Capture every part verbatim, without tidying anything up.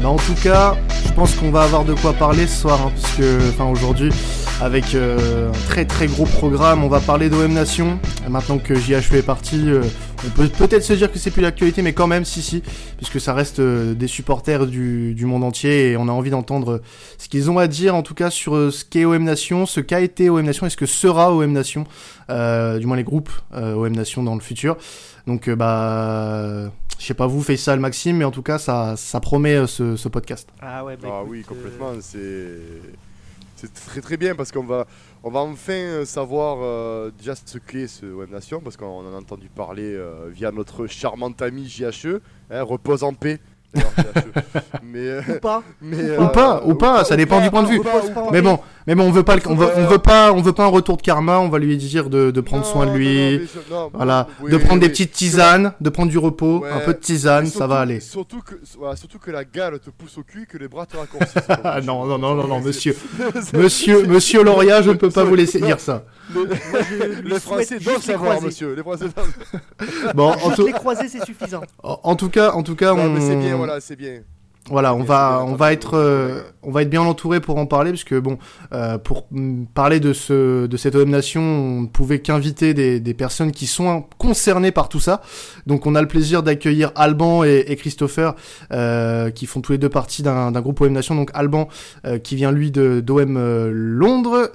Mais en tout cas, je pense qu'on va avoir de quoi parler ce soir, hein, puisque, enfin aujourd'hui, avec euh, un très très gros programme, on va parler d'O M Nation. Et maintenant que J H E est parti, euh, on peut peut-être se dire que c'est plus l'actualité, mais quand même, si si, puisque ça reste euh, des supporters du, du monde entier, et on a envie d'entendre ce qu'ils ont à dire, en tout cas, sur euh, ce qu'est O M Nation, ce qu'a été O M Nation, et ce que sera O M Nation, euh, du moins les groupes euh, O M Nation dans le futur. Donc, euh, bah... Je sais pas vous, Faisal, Maxime, mais en tout cas, ça, ça promet euh, ce, ce podcast. Ah ouais, bah Ah écoute, oui, complètement. euh, C'est, c'est très très bien parce qu'on va, on va enfin euh, savoir euh, déjà ce qu'est ce O M Nation parce qu'on en a entendu parler euh, via notre charmante ami J H E. Hein, repose en paix. d'ailleurs, J H E. mais, euh, ou pas. mais, Ou euh, pas, ou pas, ça dépend du point de vue. ou pas, ou pas. Mais bon, mais bon, on veut pas, le- on veut, on Euh, veut pas, on veut pas un retour de karma. On va lui dire de, de prendre Non, soin de non, lui, non, mais je- non, voilà, oui, de prendre des oui. petites tisanes, de prendre du repos, Ouais. un peu de tisane, Mais ça surtout- va aller. Surtout que, voilà, surtout que la gale te pousse au cul et que les bras te raccourcissent. Ah non, non, non, non, non, monsieur, C'est- monsieur, monsieur Lauria, je ne peux pas vous laisser dire ça. Les, Moi, je lui les souhaite Français juste doivent les savoir, croiser. monsieur. Les Français doivent. Bon, en Juste tout, les croiser, c'est suffisant. en en tout cas, en tout cas, Non, on, mais c'est bien, voilà, c'est bien. Voilà, on Bien, va, c'est bien on va entendu, être, oui, euh, collègue. on va être bien entouré pour en parler, puisque bon, euh, pour mm, parler de ce, de cette O M Nation, on ne pouvait qu'inviter des, des personnes qui sont concernées par tout ça. Donc, on a le plaisir d'accueillir Alban et, et Christopher, euh, qui font tous les deux partie d'un, d'un groupe O M Nation. Donc, Alban, euh, qui vient lui de d'O M euh, Londres,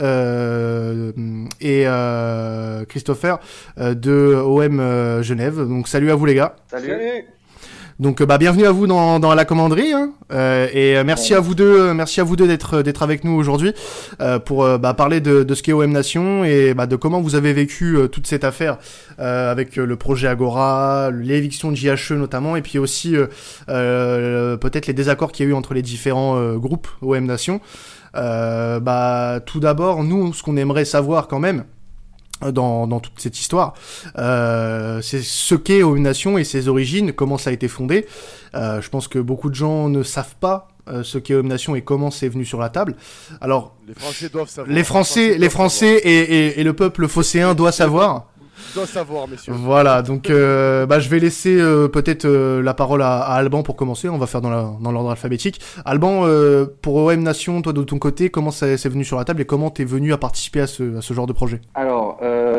euh, et euh, Christopher euh, de O M euh, Genève. Donc, salut à vous les gars. Salut. Donc euh, bah bienvenue à vous dans, dans la commanderie, hein. euh, et euh, merci Ouais. à vous deux, euh, merci à vous deux d'être d'être avec nous aujourd'hui euh, pour euh, bah, parler de, de ce qu'est O M Nation et bah, de comment vous avez vécu euh, toute cette affaire euh, avec euh, le projet Agora, l'éviction de J H E notamment, et puis aussi euh, euh, peut-être les désaccords qu'il y a eu entre les différents euh, groupes O M Nation. Euh, bah tout d'abord, nous, ce qu'on aimerait savoir quand même dans, dans toute cette histoire, euh, c'est ce qu'est O M Nation et ses origines, comment ça a été fondé. Euh, je pense que beaucoup de gens ne savent pas euh, ce qu'est O M Nation et comment c'est venu sur la table. Alors, Les Français doivent savoir. les Français, les doivent Français et, et, et le peuple phocéen doit savoir. savoir. Doivent savoir, messieurs. Voilà, donc euh, bah, je vais laisser euh, peut-être euh, la parole à, à Alban pour commencer. On va faire dans, la, dans l'ordre alphabétique. Alban, euh, pour O M Nation, toi de ton côté, comment ça c'est venu sur la table et comment t'es venu à participer à ce, à ce genre de projet? Alors,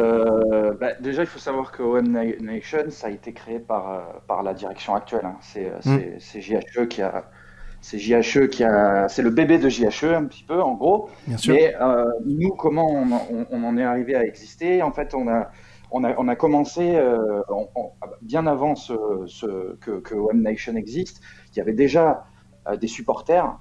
euh, bah, déjà, il faut savoir que O M Na- Nation, ça a été créé par, euh, par la direction actuelle. hein. C'est, euh, c'est, c'est J H E qui a, c'est J H E qui a, c'est le bébé de J H E un petit peu, en gros. Bien sûr. Mais euh, nous, comment on, en- on- on en est arrivé à exister? En fait, on a, on a, on a commencé euh, on- on- bien avant ce, ce- que, que O M Nation existe. Il y avait déjà euh, des supporters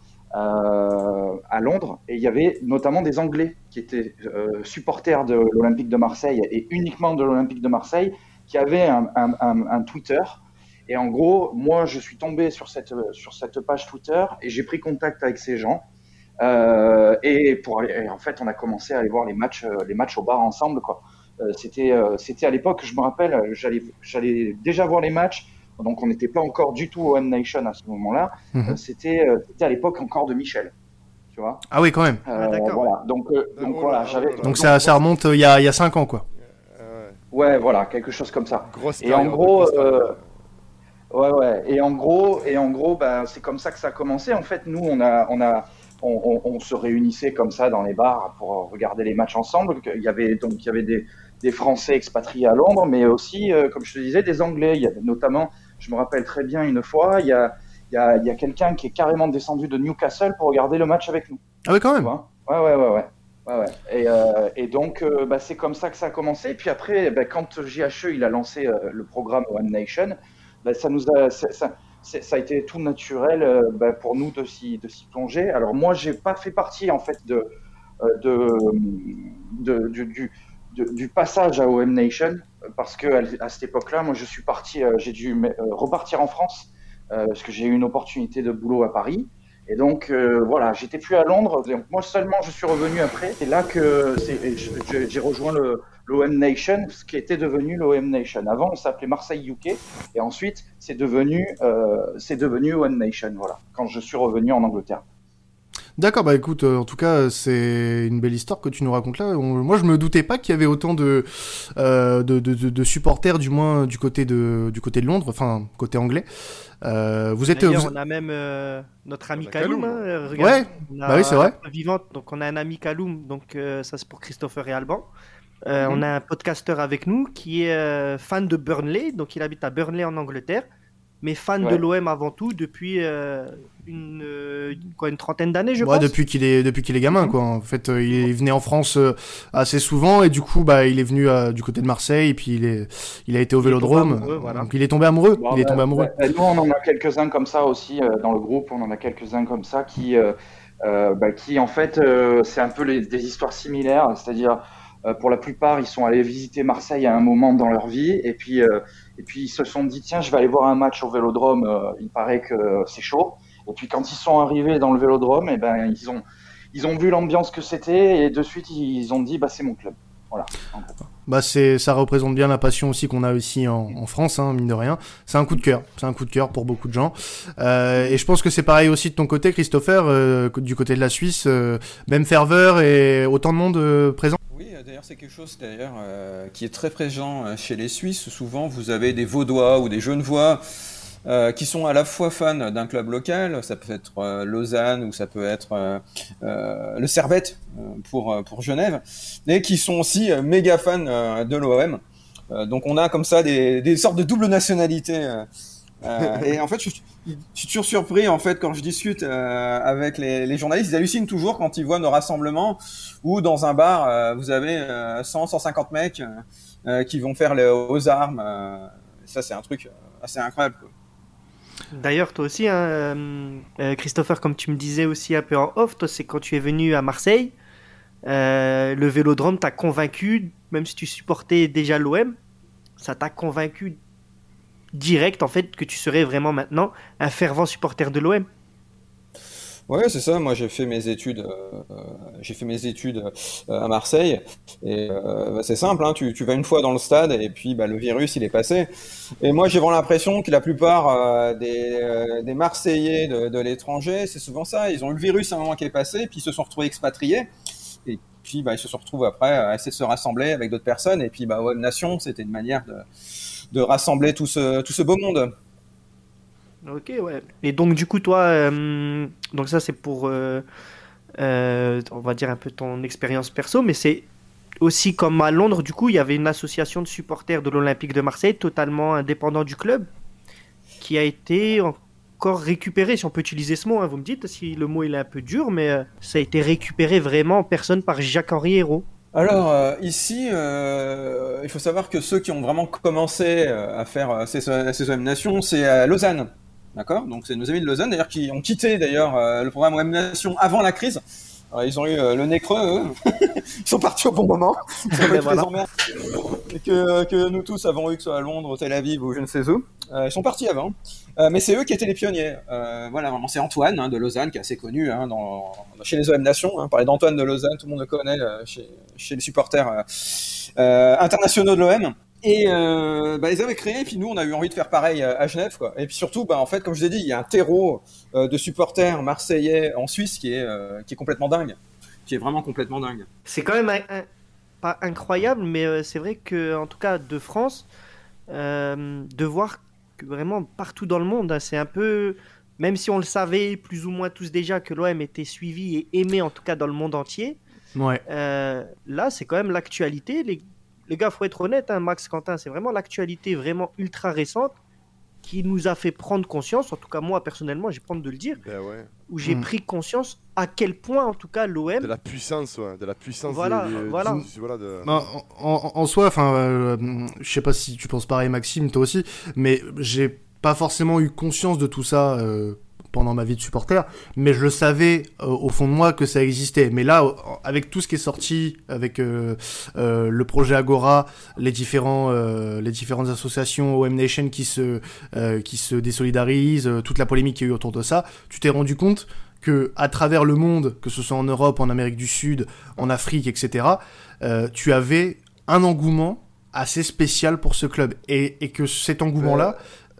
euh, à Londres et il y avait notamment des Anglais qui étaient euh, supporters de l'Olympique de Marseille et uniquement de l'Olympique de Marseille qui avaient un, un- un- un Twitter. Et en gros, moi, je suis tombé sur cette, sur cette page Twitter et j'ai pris contact avec ces gens. Euh, et, pour aller, et en fait, on a commencé à aller voir les matchs, euh, les matchs au bar ensemble, quoi. Euh, c'était, euh, c'était à l'époque, je me rappelle, j'allais, j'allais déjà voir les matchs. Donc, on n'était pas encore du tout O M Nation à ce moment-là. Mhm. Euh, c'était, euh, c'était à l'époque encore de Michel, tu vois. Ah oui, quand même. Euh, Ah, d'accord. Voilà. Donc, euh, Ah, donc oh voilà, là, j'avais. oh là là. Donc ça, ça remonte euh, il y a, il y a cinq ans, quoi. Ah ouais. Ouais, voilà, quelque chose comme ça. Grosse Et en période, gros, grosse période. euh, Ouais, ouais. Et en gros, et en gros, bah, c'est comme ça que ça a commencé. En fait, nous, on a, on a, on, on, on se réunissait comme ça dans les bars pour regarder les matchs ensemble. Il y avait donc, il y avait des, des Français expatriés à Londres, mais aussi, euh, comme je te disais, des Anglais. Il y avait notamment, je me rappelle très bien une fois, il y a, il y a, il y a quelqu'un qui est carrément descendu de Newcastle pour regarder le match avec nous. Ah oui, quand Tu même. vois. Ouais, ouais, ouais, ouais. Ouais, ouais. Et, euh, et donc, euh, bah, c'est comme ça que ça a commencé. Et puis après, bah, quand J H E il a lancé euh, le programme One Nation, bah, ça nous a, ça, ça, ça a été tout naturel euh, bah, pour nous de s'y, de s'y plonger. Alors moi, j'ai pas fait partie en fait de, de, de, du, du, de, du passage à O M Nation parce que à, à cette époque-là, moi, je suis parti, euh, j'ai dû euh, repartir en France euh, parce que j'ai eu une opportunité de boulot à Paris. Et donc, euh, voilà, j'étais plus à Londres. Donc, moi seulement, je suis revenu après. C'est là que c'est, je, j'ai rejoint le, l'O M Nation, ce qui était devenu l'O M Nation. Avant, on s'appelait Marseille U K. Et ensuite, c'est devenu, euh, c'est devenu O M Nation, voilà, quand je suis revenu en Angleterre. D'accord, bah écoute, euh, en tout cas, c'est une belle histoire que tu nous racontes là. On- moi, je me doutais pas qu'il y avait autant de, euh, de, de, de, de supporters, du moins du côté de, du côté de Londres, enfin côté anglais. Euh, vous êtes, D'ailleurs, vous- on a même euh, notre ami On a Kaloum. Kaloum. Hein, euh, regarde. Ouais, On a bah oui, c'est vrai. la preuve vivante. Donc, on a un ami Kaloum. Donc, euh, ça, c'est pour Christopher et Alban. Euh, Mhm. On a un podcasteur avec nous qui est euh, fan de Burnley. Donc, il habite à Burnley en Angleterre. Mais fan de Ouais. l'O M avant tout depuis euh, une, euh, quoi, une trentaine d'années, je Ouais, pense. depuis qu'il est depuis qu'il est gamin, Mhm. quoi. En fait, euh, il venait en France euh, assez souvent et du coup, bah, il est venu euh, du côté de Marseille et puis il est, il a été au Il est tombé Vélodrome. amoureux, voilà. Donc il est tombé amoureux. Bon, il est bah, tombé amoureux. bah, nous, on en a quelques-uns comme ça aussi euh, dans le groupe. On en a quelques-uns comme ça qui, euh, euh, bah, qui en fait, euh, c'est un peu les- des histoires similaires. C'est-à-dire, euh, pour la plupart, ils sont allés visiter Marseille à un moment dans leur vie, et puis, euh, et puis ils se sont dit, tiens, je vais aller voir un match au Vélodrome. euh, il paraît que c'est chaud. Et puis quand ils sont arrivés dans le Vélodrome, et ben ils ont, ils ont vu l'ambiance que c'était, et de suite ils ont dit, bah c'est mon club. Voilà. En gros. Bah c'est, ça représente bien la passion aussi qu'on a ici en, en France, hein, mine de rien. C'est un coup de cœur, c'est un coup de cœur pour beaucoup de gens. Euh, et je pense que c'est pareil aussi de ton côté, Christopher, euh, du côté de la Suisse, euh, même ferveur et autant de monde euh, présent. Oui, euh, d'ailleurs, c'est quelque chose d'ailleurs euh, qui est très présent euh, chez les Suisses. Souvent, vous avez des Vaudois ou des Genevois euh, qui sont à la fois fans d'un club local. Ça peut être euh, Lausanne ou ça peut être euh, euh, le Servette euh, pour euh, pour Genève, et qui sont aussi euh, méga fans euh, de l'O M. Euh, donc, on a comme ça des des sortes de double nationalité. Euh, euh, et en fait, je, je suis toujours surpris en fait quand je discute euh, avec les, les journalistes. Ils hallucinent toujours quand ils voient nos rassemblements où dans un bar euh, vous avez euh, cent, cent cinquante mecs euh, qui vont faire les, aux armes. Euh, ça, c'est un truc assez incroyable, quoi. D'ailleurs, toi aussi, hein, euh, euh, Christopher, comme tu me disais aussi un peu en off, toi, c'est quand tu es venu à Marseille, euh, le Vélodrome t'a convaincu, même si tu supportais déjà l'O M, ça t'a convaincu direct, en fait, que tu serais vraiment maintenant un fervent supporter de l'O M. Ouais, c'est ça. Moi, j'ai fait mes études, euh, j'ai fait mes études euh, à Marseille, et euh, bah, c'est simple, hein, tu, tu vas une fois dans le stade et puis bah, le virus il est passé. Et moi, j'ai vraiment l'impression que la plupart euh, des, euh, des Marseillais de, de l'étranger, c'est souvent ça. Ils ont eu le virus à un moment qui est passé, puis ils se sont retrouvés expatriés, et puis bah, ils se sont retrouvés après à essayer de se rassembler avec d'autres personnes. Et puis bah, ouais, Nation, c'était une manière de, de rassembler tout ce, tout ce beau monde. Ok, ouais. Et donc, du coup, toi, euh, donc ça, c'est pour, euh, euh, on va dire un peu ton expérience perso, mais c'est aussi comme à Londres, du coup, il y avait une association de supporters de l'Olympique de Marseille, totalement indépendant du club, qui a été encore récupéré, si on peut utiliser ce mot, hein, vous me dites si le mot il est un peu dur, mais euh, ça a été récupéré vraiment en personne par Jacques-Henri Hérault. Alors euh, ici, euh, il faut savoir que ceux qui ont vraiment commencé euh, à faire euh, ces, ces O M Nations, c'est à Lausanne, d'accord? Donc c'est nos amis de Lausanne d'ailleurs qui ont quitté d'ailleurs euh, le programme O M Nations avant la crise. Alors, ils ont eu euh, le nez creux, eux. Ils sont partis au bon moment. Ils ont pas eu Voilà. les emmerdes et que, que nous tous avons eu, que ce soit à Londres, Tel Aviv ou je ne sais où. Euh, ils sont partis avant. Euh, mais c'est eux qui étaient les pionniers. Euh, voilà, vraiment, c'est Antoine hein, de Lausanne, qui est assez connu hein, dans, chez les O M Nations. Hein. Parler d'Antoine de Lausanne, tout le monde le connaît euh, chez, chez les supporters euh, euh, internationaux de l'O M. Et euh, bah, ils avaient créé, et puis nous, on a eu envie de faire pareil à Genève, quoi. Et puis surtout, bah, en fait, comme je l'ai dit, il y a un terreau euh, de supporters marseillais en Suisse qui est, euh, qui est complètement dingue, qui est vraiment complètement dingue. C'est quand même un- un- pas incroyable, mais euh, c'est vrai que, en tout cas, de France, euh, de voir que vraiment partout dans le monde, hein, c'est un peu, même si on le savait plus ou moins tous déjà que l'O M était suivi et aimé, en tout cas dans le monde entier, Ouais. euh, là, c'est quand même l'actualité. Les, les gars, faut être honnête, hein, Max, Quentin, c'est vraiment l'actualité vraiment ultra récente qui nous a fait prendre conscience, en tout cas moi personnellement, j'ai prendre de le dire, Ben ouais. où j'ai Mm. pris conscience à quel point, en tout cas, l'O M, De la puissance, ouais. De la puissance. Voilà, des- des- voilà. du- voilà, de... Bah, en, en, en soi, enfin, euh, je sais pas si tu penses pareil, Maxime, toi aussi, mais j'ai pas forcément eu conscience de tout ça euh, pendant ma vie de supporter, mais je le savais euh, au fond de moi que ça existait. Mais là, euh, avec tout ce qui est sorti, avec euh, euh, le projet Agora, les différents, euh, les différentes associations O M Nation qui se, euh, qui se désolidarisent, euh, toute la polémique qu'il y a eu autour de ça, tu t'es rendu compte que à travers le monde, que ce soit en Europe, en Amérique du Sud, en Afrique, et cetera, euh, tu avais un engouement assez spécial pour ce club et, et que cet engouement-là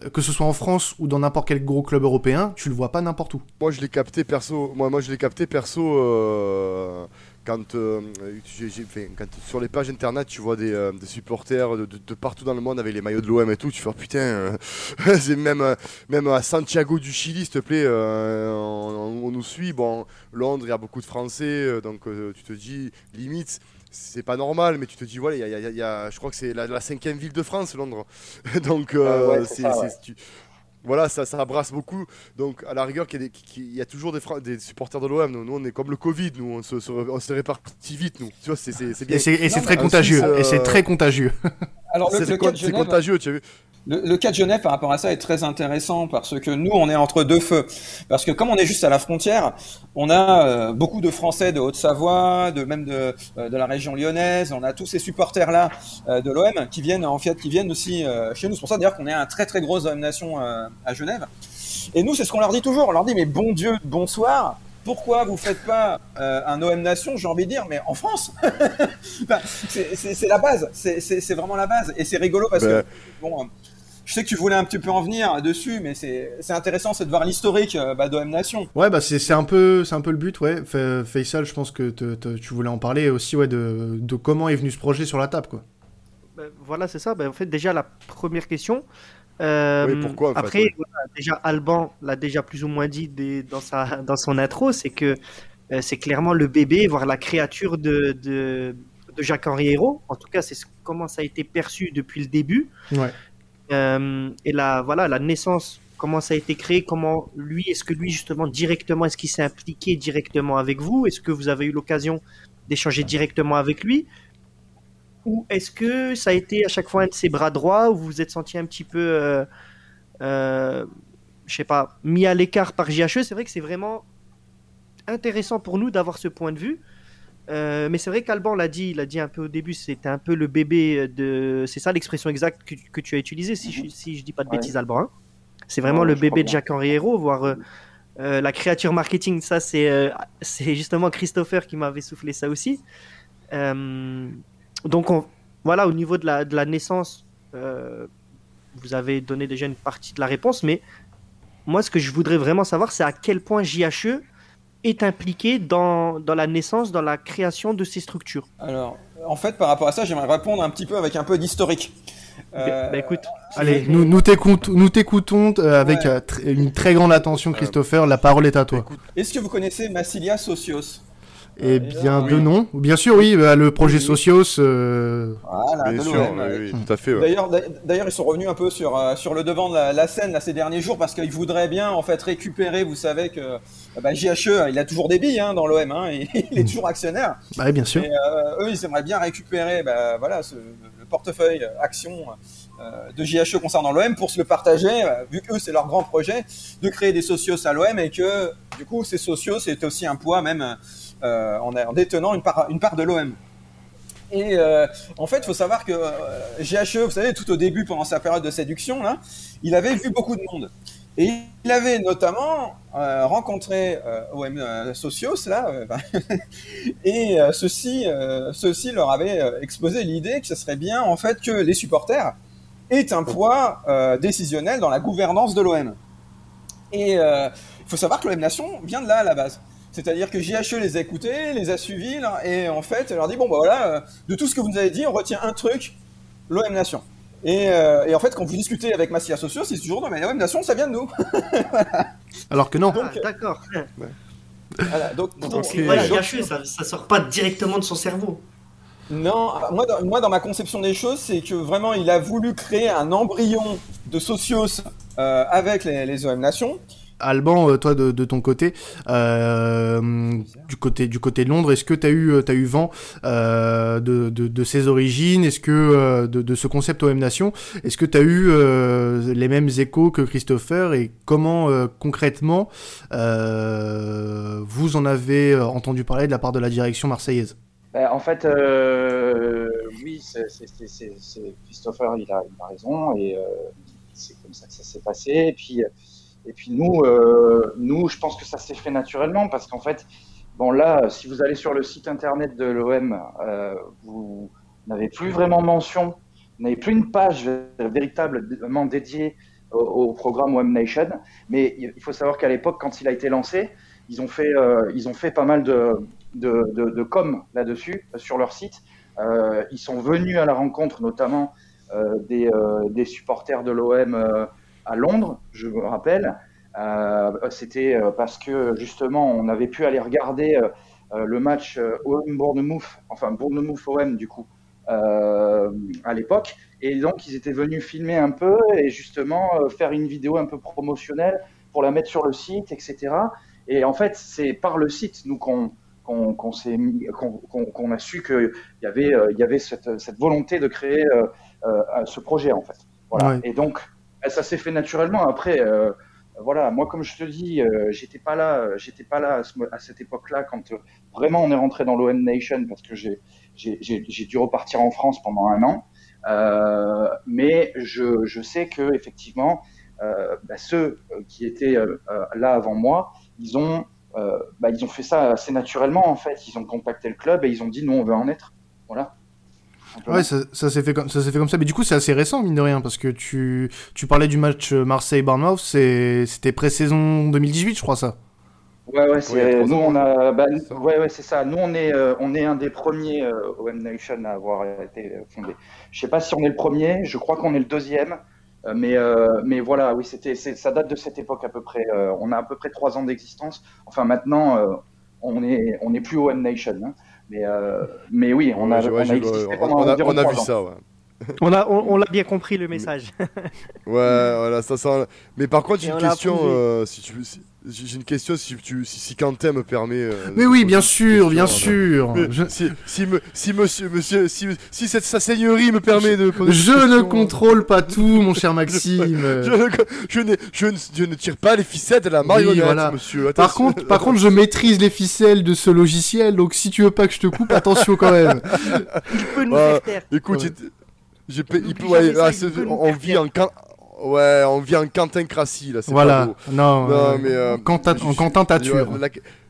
que ce soit en France ou dans n'importe quel gros club européen, tu le vois pas n'importe où. Moi, je l'ai capté perso. Moi, moi, je l'ai capté perso. Euh... Quand, euh, j'ai, j'ai fait, quand sur les pages internet tu vois des, euh, des supporters de, de, de partout dans le monde avec les maillots de l'O M et tout, tu fais oh, putain, euh, c'est même, euh, même à Santiago du Chili, s'il te plaît, euh, on, on nous suit. Bon, Londres, il y a beaucoup de Français, euh, donc euh, tu te dis limite. C'est pas normal, mais tu te dis, voilà, y a, y a, y a, je crois que c'est la, la cinquième ville de France, Londres. donc, euh, euh, ouais, c'est, c'est, ça, ouais. c'est, tu, voilà, ça, ça brasse beaucoup. Donc, à la rigueur, il y a, des, qu'il y a toujours des, des supporters de l'O M. Nous, nous, on est comme le Covid, nous, on se, se, on se répartit vite, nous. Tu vois, c'est, c'est, c'est bien. Et c'est, et c'est non, très contagieux. Suisse, euh... Et c'est très contagieux. Alors, le, c'est, le c'est, c'est contagieux, tu as vu. Le, le cas de Genève par rapport à ça est très intéressant parce que nous, on est entre deux feux. Parce que comme on est juste à la frontière, on a euh, beaucoup de Français de Haute-Savoie, de même de, euh, de la région lyonnaise. On a tous ces supporters-là euh, de l'O M qui viennent en fait, qui viennent aussi euh, chez nous. C'est pour ça d'ailleurs qu'on est un très très gros O M Nation euh, à Genève. Et nous, c'est ce qu'on leur dit toujours. On leur dit, mais bon Dieu, bonsoir. Pourquoi vous faites pas euh, un O M Nation, j'ai envie de dire, mais en France. Enfin, c'est, c'est, c'est la base. C'est, c'est, c'est vraiment la base. Et c'est rigolo parce bah... que bon. Je sais que tu voulais un petit peu en venir dessus, mais c'est, c'est intéressant, c'est de voir l'historique bah, d'O M Nation. Ouais, bah c'est, c'est, un peu, c'est un peu le but, ouais. Faisal, je pense que te, te, tu voulais en parler aussi, ouais, de, de comment est venu ce projet sur la table, quoi. Ben, voilà, c'est ça. Ben, en fait, déjà, la première question. Euh, oui, pourquoi en Après, fait, ouais. voilà, déjà, Alban l'a déjà plus ou moins dit des, dans, sa, dans son intro, c'est que euh, c'est clairement le bébé, voire la créature de, de, de Jacques-Henri Hérault. En tout cas, c'est comment ça a été perçu depuis le début. Ouais. Euh, et la, voilà, la naissance, comment ça a été créé, comment lui, est-ce que lui justement directement, est-ce qu'il s'est impliqué directement avec vous? Est-ce que vous avez eu l'occasion d'échanger directement avec lui? Ou est-ce que ça a été à chaque fois un de ses bras droits où vous vous êtes senti un petit peu, euh, euh, je sais pas, mis à l'écart par J H E? C'est vrai que c'est vraiment intéressant pour nous d'avoir ce point de vue. Euh, mais c'est vrai qu'Alban l'a dit, il l'a dit un peu au début, c'était un peu le bébé de... C'est ça l'expression exacte que, que tu as utilisée, si, mm-hmm. je, si je dis pas de bêtises, ouais. Alban. Hein. C'est vraiment ouais, le bébé de Jacques-Henri Hérault, voire euh, euh, la créature marketing. Ça, c'est, euh, c'est justement Christopher qui m'avait soufflé ça aussi. Euh, donc, on, voilà, au niveau de la, de la naissance, euh, vous avez donné déjà une partie de la réponse, mais moi, ce que je voudrais vraiment savoir, c'est à quel point J H E est impliqué dans, dans la naissance, dans la création de ces structures. Alors, en fait, par rapport à ça, j'aimerais répondre un petit peu avec un peu d'historique. Euh, bah écoute, allez, nous, nous, t'écoutons, nous t'écoutons euh, avec ouais. euh, tr- une très grande attention, Christopher. La parole est à toi. Est-ce que vous connaissez Massilia Socios? Eh bien, oui. de nom. Bien sûr, oui, bah, le projet oui. Socios. Euh... Voilà, bien sûr, oui, oui, tout à fait. Ouais. D'ailleurs, d'ailleurs, ils sont revenus un peu sur, euh, sur le devant de la, la scène là, ces derniers jours parce qu'ils voudraient bien en fait récupérer. Vous savez que bah, J H E, il a toujours des billes hein, dans l'O M, hein, et il est toujours actionnaire. Bah, oui, bien sûr. Et, euh, eux, ils aimeraient bien récupérer bah, voilà, ce, le portefeuille action euh, de J H E concernant l'O M pour se le partager, euh, vu que eux, c'est leur grand projet de créer des socios à l'O M et que du coup, ces socios, c'est aussi un poids même. Euh, en, en détenant une part, une part de l'O M. Et euh, en fait, il faut savoir que euh, J H E, vous savez, tout au début, pendant sa période de séduction, là, il avait vu beaucoup de monde. Et il avait notamment euh, rencontré euh, O M euh, Socios, là, euh, et euh, ceux-ci, euh, ceux-ci leur avaient euh, exposé l'idée que ce serait bien, en fait, que les supporters aient un poids euh, décisionnel dans la gouvernance de l'O M. Et il euh, faut savoir que l'O M Nation vient de là, à la base. C'est-à-dire que J H E les a écoutés, les a suivis, là, et en fait, elle leur dit, bon, bah voilà, euh, de tout ce que vous nous avez dit, on retient un truc, l'O M Nation. Et, euh, et en fait, quand vous discutez avec Massilia Socios, c'est toujours, non, mais l'O M Nation, ça vient de nous. Voilà. Alors que non. Donc, ah, d'accord. Ouais. Voilà, donc, donc, donc c'est voilà, J H E, ça, ça sort pas directement de son cerveau. Non, moi dans, moi, dans ma conception des choses, c'est que vraiment, il a voulu créer un embryon de Socios euh, avec les, les O M Nations. Alban, toi de, de ton côté, euh, du côté du côté de Londres, est-ce que t'as eu t'as eu vent euh, de, de de ses origines, est-ce que euh, de de ce concept O M Nation, est-ce que t'as eu euh, les mêmes échos que Christopher et comment euh, concrètement euh, vous en avez entendu parler de la part de la direction marseillaise? En fait, euh, oui, c'est, c'est, c'est, c'est Christopher, il a, il a raison et euh, c'est comme ça que ça s'est passé et puis. Et puis nous, euh, nous, je pense que ça s'est fait naturellement parce qu'en fait, bon là, si vous allez sur le site internet de l'O M, euh, vous n'avez plus vraiment mention, vous n'avez plus une page véritablement dédiée au, au programme Web Nation. Mais il faut savoir qu'à l'époque, quand il a été lancé, ils ont fait, euh, ils ont fait pas mal de, de, de, de com là-dessus, euh, sur leur site. Euh, ils sont venus à la rencontre, notamment euh, des, euh, des supporters de l'O M euh, à Londres, je me rappelle. Euh, c'était parce que justement, on avait pu aller regarder euh, le match euh, O M Bournemouth, enfin Bournemouth-O M du coup, euh, à l'époque. Et donc, ils étaient venus filmer un peu et justement euh, faire une vidéo un peu promotionnelle pour la mettre sur le site, et cetera. Et en fait, c'est par le site, nous, qu'on qu'on qu'on s'est mis, qu'on qu'on qu'on a su qu'il y avait, euh, il y avait cette, cette volonté de créer euh, euh, ce projet, en fait. Voilà. Ouais. Et donc, ça s'est fait naturellement. Après, euh, voilà, moi, comme je te dis, euh, j'étais pas là, j'étais pas là à, ce, à cette époque-là quand euh, vraiment on est rentré dans l'O M Nation parce que j'ai j'ai j'ai dû repartir en France pendant un an. Euh, mais je, je sais que effectivement, euh, bah, ceux qui étaient euh, là avant moi, ils ont, euh, bah, ils ont fait ça assez naturellement en fait. Ils ont contacté le club et ils ont dit nous on veut en être. Voilà. Ouais, ça, ça s'est fait comme ça s'est fait comme ça. Mais du coup, c'est assez récent mine de rien parce que tu tu parlais du match Marseille-Bournemouth, c'est c'était pré-saison deux mille dix-huit, je crois ça. Ouais, ouais, c'est, nous on a, bah, ouais, ouais, c'est ça. Nous on est, euh, on est un des premiers euh, O M Nation à avoir été fondé. Je sais pas si on est le premier, je crois qu'on est le deuxième, euh, mais, euh, mais voilà, oui, c'était, c'est, ça date de cette époque à peu près. Euh, on a à peu près trois ans d'existence. Enfin maintenant, euh, on est, on est plus O M Nation, hein, mais, euh, mais oui, on a, ouais, on a je, existé on, pendant on a, environ on a trois vu ans. ça, ouais. On a, on, on l'a bien compris le message. Ouais, voilà, ça sent. Mais par contre, j'ai Et une on l'a question. approuvé. Euh, si tu, si- j'ai une question si tu, si, si Quentin me permet. euh, Mais de oui, poser bien une sûr, question, bien euh, sûr. mais Je, Si, si, me- si monsieur, monsieur, si, si cette, sa seigneurie me permet de poser je une ne question, contrôle pas tout, mon cher Maxime. Je, ne, je, ne, je, ne, je ne tire pas les ficelles de la marionnette, Oui, voilà. monsieur. Par Attention. contre, par contre, je maîtrise les ficelles de ce logiciel, donc si tu veux pas que je te coupe, attention quand même. Il peut nous Ouais, faire taire. écoute, Ouais. j'ai- j'ai pa- il peut, N'oublie ouais, jamais ça, ah, il c'est- peut nous on faire vit taire. en Can- ouais, on vit en Quentin Crassi là, c'est pas Voilà. beau. Non, Non, euh, mais, euh, Quentin, je- en Quentin t'ature. Ouais,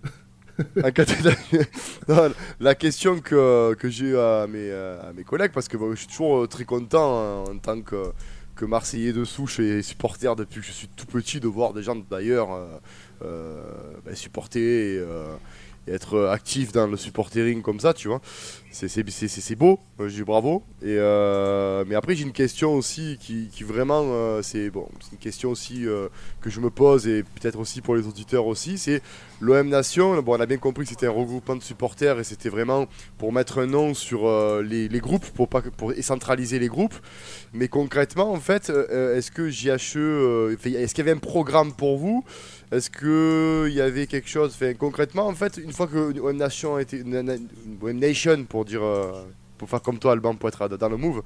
la... un Quentin- Non, la question que, que j'ai à mes, euh, à mes collègues, parce que bon, je suis toujours euh, très content hein, en tant que, que Marseillais de souche et supporter depuis que je suis tout petit de voir des gens d'ailleurs euh, euh, bah, supporter et, euh, et être actif dans le supportering comme ça, tu vois. C'est, c'est, c'est, c'est, c'est beau, euh, je dis bravo. Et, euh, mais après, j'ai une question aussi qui, qui vraiment, euh, c'est, bon, c'est une question aussi euh, que je me pose et peut-être aussi pour les auditeurs aussi. C'est l'O M Nation. Bon, on a bien compris que c'était un regroupement de supporters et c'était vraiment pour mettre un nom sur euh, les, les groupes, pour, pas, que- pour centraliser les groupes. Mais concrètement, en fait, euh, est-ce que J H E, euh, est-ce qu'il y avait un programme pour vous? Est-ce qu'il y avait quelque chose, enfin, concrètement, en fait, une fois que O M Nation a été, une, une- O M Nation, pour dire, euh, pour faire comme toi, Alban, pour être dans le move,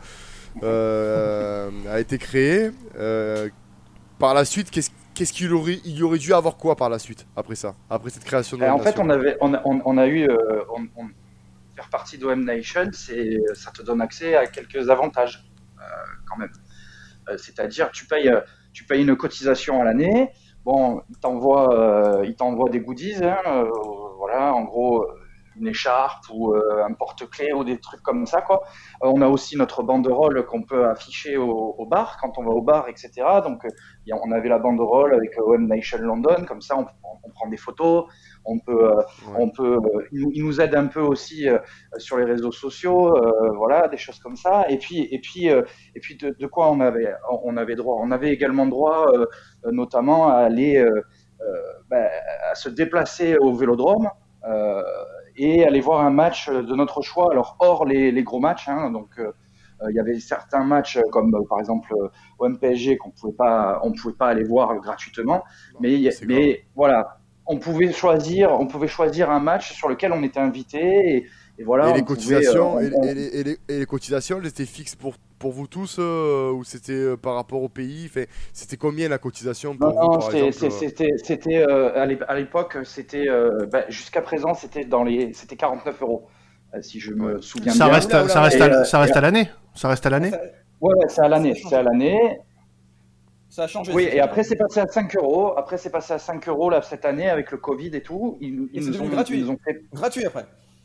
euh, a été créé, euh, par la suite, qu'est-ce, qu'est-ce qu'il aurait, il y aurait dû avoir quoi par la suite, après ça, après cette création de Et O M en fait, Nation? on avait, on, a- on, on a eu, euh, on, on- faire partie d'O M Nation, c'est, ça te donne accès à quelques avantages euh, quand même. Euh, c'est-à-dire, tu payes, euh, tu payes une cotisation à l'année. Bon, il t'envoie, euh, il t'envoie des goodies, hein, euh, voilà, en gros, euh, une écharpe ou euh, un porte-clés ou des trucs comme ça, quoi. Euh, on a aussi notre banderole qu'on peut afficher au, au bar quand on va au bar, et cetera. Donc, euh, y a- on avait la banderole avec O M Nation London, comme ça, on, on prend des photos, on peut, euh, Ouais. on peut, euh, il, nous- il nous aide un peu aussi euh, sur les réseaux sociaux, euh, voilà, des choses comme ça. Et puis, et puis, euh, et puis, de, de quoi on avait, on avait droit? On avait également droit, euh, notamment, à aller, euh, euh, ben, à se déplacer au Vélodrome. Euh, et aller voir un match de notre choix, alors hors les, les gros matchs, hein, donc euh, il y avait certains matchs comme euh, par exemple euh, O M P S G qu'on pouvait pas, on pouvait pas aller voir gratuitement, mais, C'est grave. mais voilà, on pouvait choisir, on pouvait choisir un match sur lequel on était invité et, et voilà. Et les on pouvait, cotisations, euh, et, on- et les, et les- et les cotisations, elles étaient fixes pour, pour vous tous euh, ou c'était euh, par rapport au pays? Enfin, c'était combien la cotisation pour Non, vous, non, par c'est- exemple? c'est- c'était, c'était euh, à l'ép- à l'époque, c'était euh, bah, jusqu'à présent, c'était dans les, c'était quarante-neuf euros, euh, si je me Ouais. souviens Ça bien. reste, Oula, à- oula, ça reste, et, à, euh, ça reste à l'année. Ça reste à l'année. Ça, Ouais, ouais, c'est à l'année, Ça a c'est à changé. l'année. ça a changé. Oui, ça. et après c'est passé à cinq euros. Après c'est passé à cinq euros là cette année avec le Covid et tout. Ils, nous- Et ils c'est nous devenu ont, gratuit. ils nous ont fait. Gratuit après.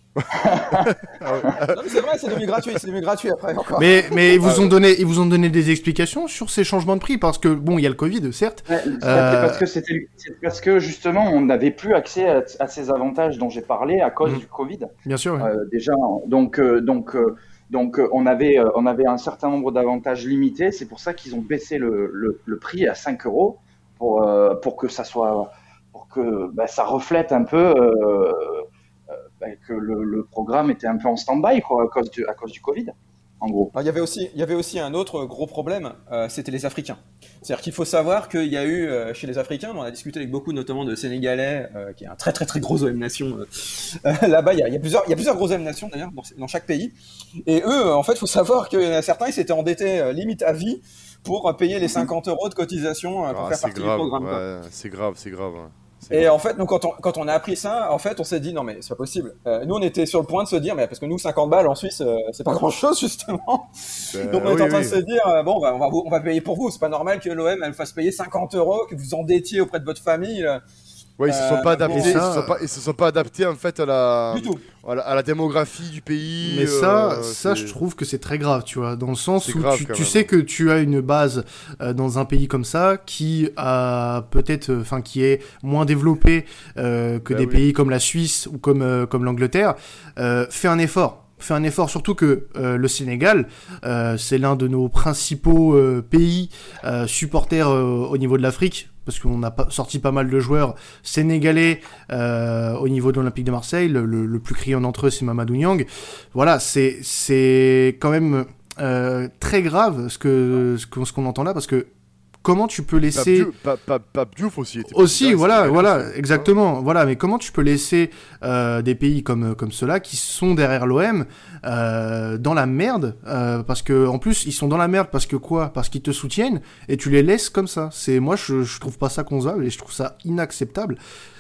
Non, mais c'est vrai, c'est devenu gratuit, c'est devenu gratuit après encore. Mais, mais ils vous Ah, ont donné, ils vous ont donné des explications sur ces changements de prix parce que bon, il y a le Covid, certes. Ouais, c'est Euh, parce que c'était c'est parce que justement on n'avait plus accès à, à ces avantages dont j'ai parlé à cause Mhm. du Covid. Bien sûr. Ouais. Euh, déjà, donc euh, donc euh, donc euh, on avait euh, on avait un certain nombre d'avantages limités. C'est pour ça qu'ils ont baissé le, le, le prix à cinq euros pour euh, pour que ça soit pour que bah, ça reflète un peu euh, euh, bah, que le, le programme était un peu en stand-by quoi, à cause du à cause du Covid, en gros. Alors, il y avait aussi, il y avait aussi un autre gros problème, euh, c'était les Africains. C'est-à-dire qu'il faut savoir qu'il y a eu euh, chez les Africains, on a discuté avec beaucoup notamment de Sénégalais, euh, qui est un très très très gros O M Nation. Euh, euh, là-bas, il y, a, il y a plusieurs, il y a plusieurs gros O M Nations d'ailleurs dans, dans chaque pays. Et eux, en fait, il faut savoir que certains ils s'étaient endettés euh, limite à vie pour payer les cinquante euros de cotisation euh, pour Ah, faire c'est partie grave, du programme. quoi. ouais, c'est grave, c'est grave. hein. C'est Et grave. en fait, nous, quand on, quand on a appris ça, en fait, on s'est dit, non, mais c'est pas possible. Euh, nous, on était sur le point de se dire, mais parce que nous, cinquante balles en Suisse, euh, c'est pas grand chose, justement. Ben, Donc, on est oui, en train oui. de se dire, euh, bon, bah, on, va, vous- on va payer pour vous. C'est pas normal que l'O M, elle fasse payer cinquante euros, que vous endettiez auprès de votre famille. là. Ouais, ils se sont Euh, pas bon, adaptés, et ils ça- se sont pas, ils se sont pas adaptés en fait à la, Du tout. à la, à la démographie du pays. Mais ça, euh, ça, c'est- je trouve que c'est très grave, tu vois, dans le sens C'est où grave, tu, quand tu même. sais que tu as une base euh, dans un pays comme ça qui a peut-être, enfin, qui est moins développé euh, que Ben des oui. pays comme la Suisse ou comme euh, comme l'Angleterre. Euh, fais un effort. Fais un effort, surtout que euh, le Sénégal, euh, c'est l'un de nos principaux euh, pays euh, supporters euh, au niveau de l'Afrique, parce qu'on a pas, sorti pas mal de joueurs sénégalais euh, au niveau de l'Olympique de Marseille. Le, le, le plus criant d'entre eux, c'est Mamadou Niang. Voilà, c'est c'est quand même euh, très grave ce que ce qu'on ce qu'on entend là, parce que comment tu peux laisser Pape Diouf- Pa- Pa- Pape Diouf aussi était aussi, président, voilà, c'était voilà, aussi. exactement, voilà. Mais comment tu peux laisser euh, des pays comme comme ceux-là qui sont derrière l'O M euh, dans la merde euh, parce que en plus ils sont dans la merde parce que quoi? Parce qu'ils te soutiennent et tu les laisses comme ça. C'est moi je je trouve pas ça concevable et je trouve ça inacceptable.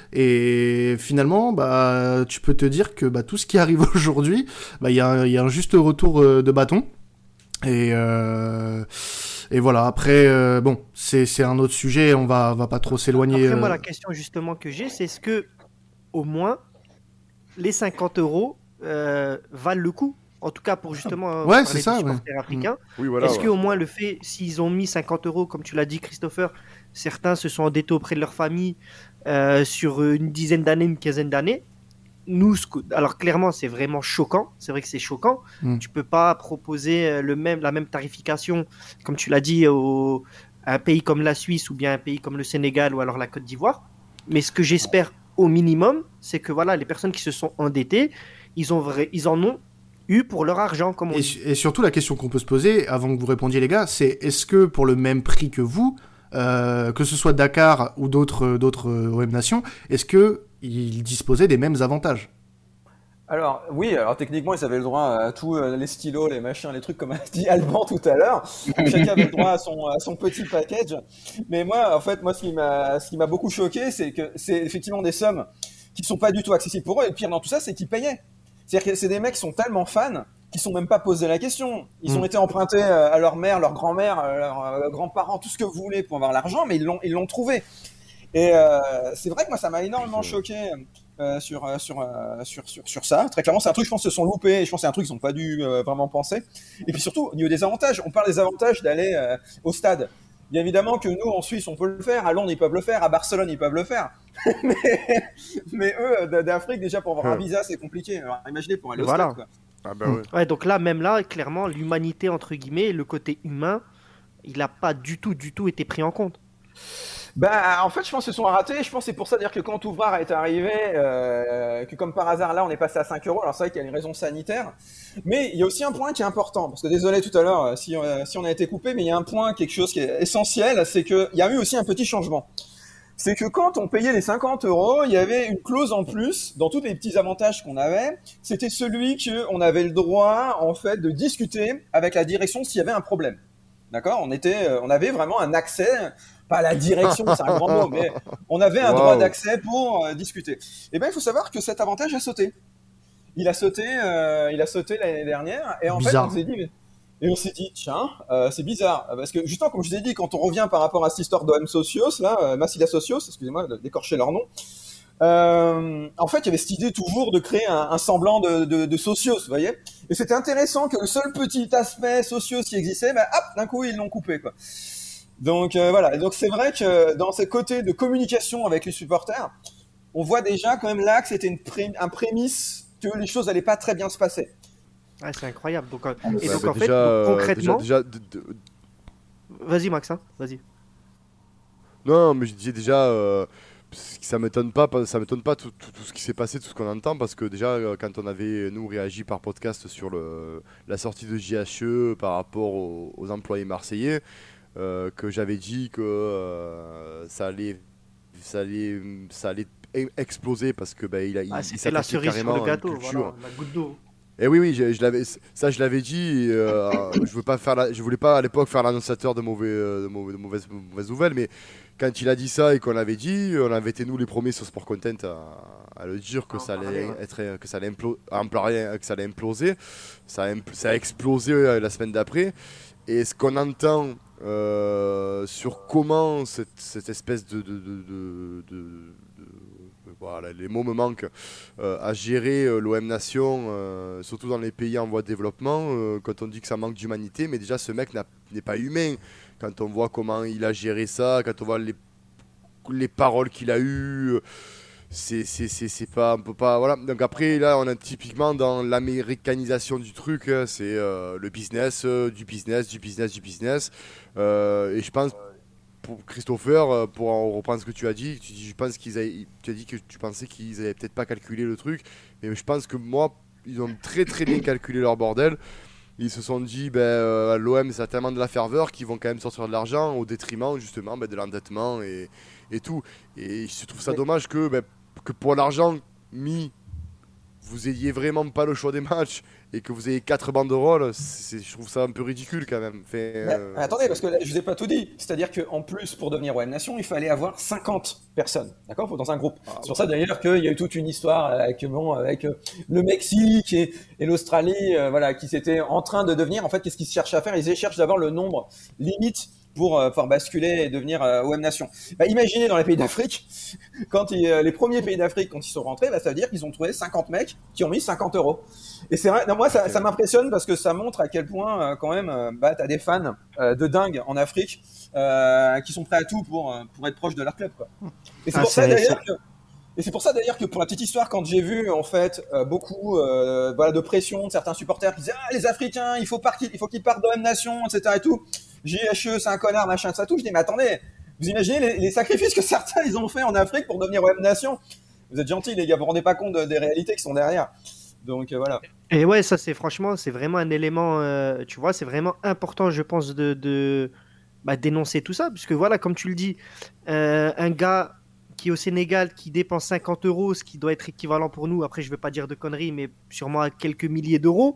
Et finalement, bah, tu peux te dire que bah, tout ce qui arrive aujourd'hui, bah, il y a un, il y a un juste retour euh, de bâton. Et euh, et voilà. Après, euh, bon, c'est c'est un autre sujet. On va on va pas trop s'éloigner. Après, moi, euh, la question justement que j'ai, c'est est-ce que, au moins, les cinquante euros euh, valent le coup? En tout cas, pour justement euh, Ouais, parler c'est des ça, ouais. supporters africains. Oui, voilà. Est-ce ouais. qu'au moins le fait, s'ils ont mis cinquante euros, comme tu l'as dit, Christopher, certains se sont endettés auprès de leur famille euh, sur une dizaine d'années, une quinzaine d'années. Nous, ce que- alors clairement, c'est vraiment choquant. C'est vrai que c'est choquant. Mm. Tu peux pas proposer euh, le même, la même tarification, comme tu l'as dit, au, à un pays comme la Suisse ou bien un pays comme le Sénégal ou alors la Côte d'Ivoire. Mais ce que j'espère au minimum, c'est que voilà, les personnes qui se sont endettées, ils, ont vrai, ils en ont eu pour leur argent, comme on Et, dit. su- et surtout, la question qu'on peut se poser, avant que vous répondiez les gars, c'est est-ce que pour le même prix que vous, euh, que ce soit Dakar ou d'autres d'autres euh, O M nations, est-ce que ils disposaient des mêmes avantages? Alors, oui, alors techniquement, ils avaient le droit à tous euh, les stylos, les machins, les trucs, comme a dit Alban tout à l'heure. Chacun avait le droit à son, à son petit package. Mais moi, en fait, moi, ce qui m'a, ce qui m'a beaucoup choqué, c'est que c'est effectivement des sommes qui sont pas du tout accessibles pour eux. Et le pire dans tout ça, c'est qu'ils payaient. C'est-à-dire que c'est des mecs qui sont tellement fans qu'ils sont même pas posé la question. Ils ont Mm. été empruntés euh, à leur mère, leur grand-mère, euh, leurs euh, grands-parents, tout ce que vous voulez pour avoir l'argent, mais ils l'ont, ils l'ont trouvé. Et euh, c'est vrai que moi, ça m'a énormément choqué euh, sur, euh, sur, euh, sur, sur, sur ça. Très clairement, c'est un truc, je pense, qu'ils se sont loupés. Et je pense que c'est un truc qu'ils n'ont pas dû euh, vraiment penser. Et puis surtout, au niveau des avantages, on parle des avantages d'aller euh, au stade. Bien évidemment que nous, en Suisse, on peut le faire. À Londres, ils peuvent le faire. À Barcelone, ils peuvent le faire. mais, mais eux, d- d'Afrique, déjà, pour avoir un visa, c'est compliqué. Alors, imaginez pour aller au Voilà. stade, quoi. Ah bah ouais. Ouais, donc là, même là, clairement, l'humanité, entre guillemets, le côté humain, il n'a pas du tout, du tout été pris en compte. Bah, en fait, je pense qu'ils se sont ratés. Je pense que c'est pour ça dire que quand Ouvrard est arrivé, euh, que comme par hasard, là, on est passé à cinq euros. Alors, c'est vrai qu'il y a une raison sanitaire. Mais il y a aussi un point qui est important. Parce que désolé tout à l'heure euh, si, euh, si on a été coupé, mais il y a un point, quelque chose qui est essentiel. C'est qu'il y a eu aussi un petit changement. C'est que quand on payait les cinquante euros, il y avait une clause en plus dans tous les petits avantages qu'on avait. C'était celui qu'on avait le droit, en fait, de discuter avec la direction s'il y avait un problème. D'accord? On était, euh, on avait vraiment un accès, pas à la direction, c'est un grand mot, mais on avait un Wow. droit d'accès pour euh, discuter. Et ben, il faut savoir que cet avantage a sauté. Il a sauté, euh, il a sauté l'année dernière, et en Bizarre. fait, on s'est dit, mais- et on s'est dit, tiens, euh, c'est bizarre, parce que justement, comme je vous ai dit, quand on revient par rapport à cette histoire d'O M Socios, là, euh, Massilia Socios, excusez-moi de d'écorcher leur nom, Euh, en fait, il y avait cette idée toujours de créer un, un semblant de, de, de socios, vous voyez. Et c'était intéressant que le seul petit aspect socios qui existait, ben hop, d'un coup ils l'ont coupé, quoi. Donc euh, voilà. Donc c'est vrai que dans ces côtés de communication avec les supporters, on voit déjà quand même là que c'était une pré- un prémisse que les choses n'allaient pas très bien se passer. Ouais, c'est incroyable. Donc, euh, Ouais, et Ouais, donc bah en fait, déjà, donc, euh, concrètement, déjà, déjà, de- de- vas-y Max, hein, vas-y. non, mais je disais déjà, euh, ça m'étonne pas, ça m'étonne pas tout, tout- tout ce qui s'est passé, tout ce qu'on entend, parce que déjà, euh, quand on avait, nous, réagi par podcast sur le, la sortie de J H E par rapport aux, aux employés marseillais, euh, que j'avais dit que euh, ça allait, ça allait, ça allait e- exploser parce que bah, il a, il, Ah, il c'était la s'attaquait cerise sur carrément le à une gâteau, culture. voilà, la goutte d'eau. Et oui, oui, je, je l'avais, ça je l'avais dit. et, euh, je veux pas faire, la, je voulais pas à l'époque faire l'annonciateur de, mauvais, euh, de, mauvais- de mauvaises, mauvaises nouvelles, mais quand il a dit ça et qu'on l'avait dit, on avait été nous les premiers sur Sport Content à, à le dire que À en ça allait parler, ouais. être, que ça allait, implo- implorer- que ça allait imploser. Ça a, impl- ça a explosé euh, la semaine d'après. Et ce qu'on entend euh, sur comment cette, cette espèce de, de, de, de- de- de- voilà, les mots me manquent, euh, à gérer euh, l'O M Nation, euh, surtout dans les pays en voie de développement, euh, quand on dit que ça manque d'humanité, mais déjà ce mec n'a- n'est pas humain. Quand on voit comment il a géré ça, quand on voit les, les paroles qu'il a eues, euh, c'est, c'est, c'est, c'est pas, on peut pas, voilà. Donc après, là, on est typiquement dans l'américanisation du truc, hein. C'est euh, le business, euh, du business, du business, du business. Euh, et je pense, pour Christopher, euh, pour en reprendre ce que tu as dit, tu, dis, je pense qu'ils avaient, tu as dit que tu pensais qu'ils avaient peut-être pas calculé le truc, mais je pense que moi, ils ont très très bien calculé leur bordel. Ils se sont dit, ben, euh, l'O M, ça a tellement de la ferveur qu'ils vont quand même sortir de l'argent au détriment justement ben, de l'endettement et, et tout. Et je trouve ça Mais- dommage que, ben, que pour l'argent mis, vous ayez vraiment pas le choix des matchs et que vous ayez quatre banderoles, c'est, je trouve ça un peu ridicule quand même. Fait, Mais, euh, mais attendez, parce que là, je vous ai pas tout dit. C'est-à-dire qu'en plus, pour devenir O M Nation, il fallait avoir cinquante personnes, d'accord, faut- dans un groupe. C'est pour ça d'ailleurs qu'il y a eu toute une histoire avec, bon, avec euh, le Mexique et, et l'Australie, euh, voilà, qui s'étaient en train de devenir. En fait, qu'est-ce qu'ils cherchent à faire? Ils cherchent d'avoir le nombre limite pour euh, pouvoir basculer et devenir euh, O M Nation. Bah, imaginez dans les pays d'Afrique, quand ils, euh, les premiers pays d'Afrique, quand ils sont rentrés, bah, ça veut dire qu'ils ont trouvé cinquante mecs qui ont mis cinquante euros. Et c'est vrai, non, moi ça, ça m'impressionne parce que ça montre à quel point euh, quand même, euh, bah, t'as des fans euh, de dingue en Afrique euh, qui sont prêts à tout pour euh, pour être proches de leur club, quoi. Et c'est Ah, pour ça c'est- d'ailleurs que et c'est pour ça d'ailleurs que pour la petite histoire, quand j'ai vu en fait euh, beaucoup euh, voilà, de pression de certains supporters qui disaient ah les Africains, il faut partir, il faut qu'ils partent d'O M Nation, et cetera et tout. J H E c'est un connard, machin, ça tout. Je dis mais attendez, vous imaginez les, les sacrifices que certains ils ont fait en Afrique pour devenir O M Nation? Vous êtes gentils les gars, vous vous rendez pas compte de- des réalités qui sont derrière. Donc euh, voilà. Et ouais, ça c'est franchement, c'est vraiment un élément, euh, tu vois, c'est vraiment important, je pense, de, de bah, dénoncer tout ça, puisque voilà, comme tu le dis, euh, un gars qui est au Sénégal qui dépense cinquante euros, ce qui doit être équivalent pour nous, après je vais pas dire de conneries, mais sûrement à quelques milliers d'euros,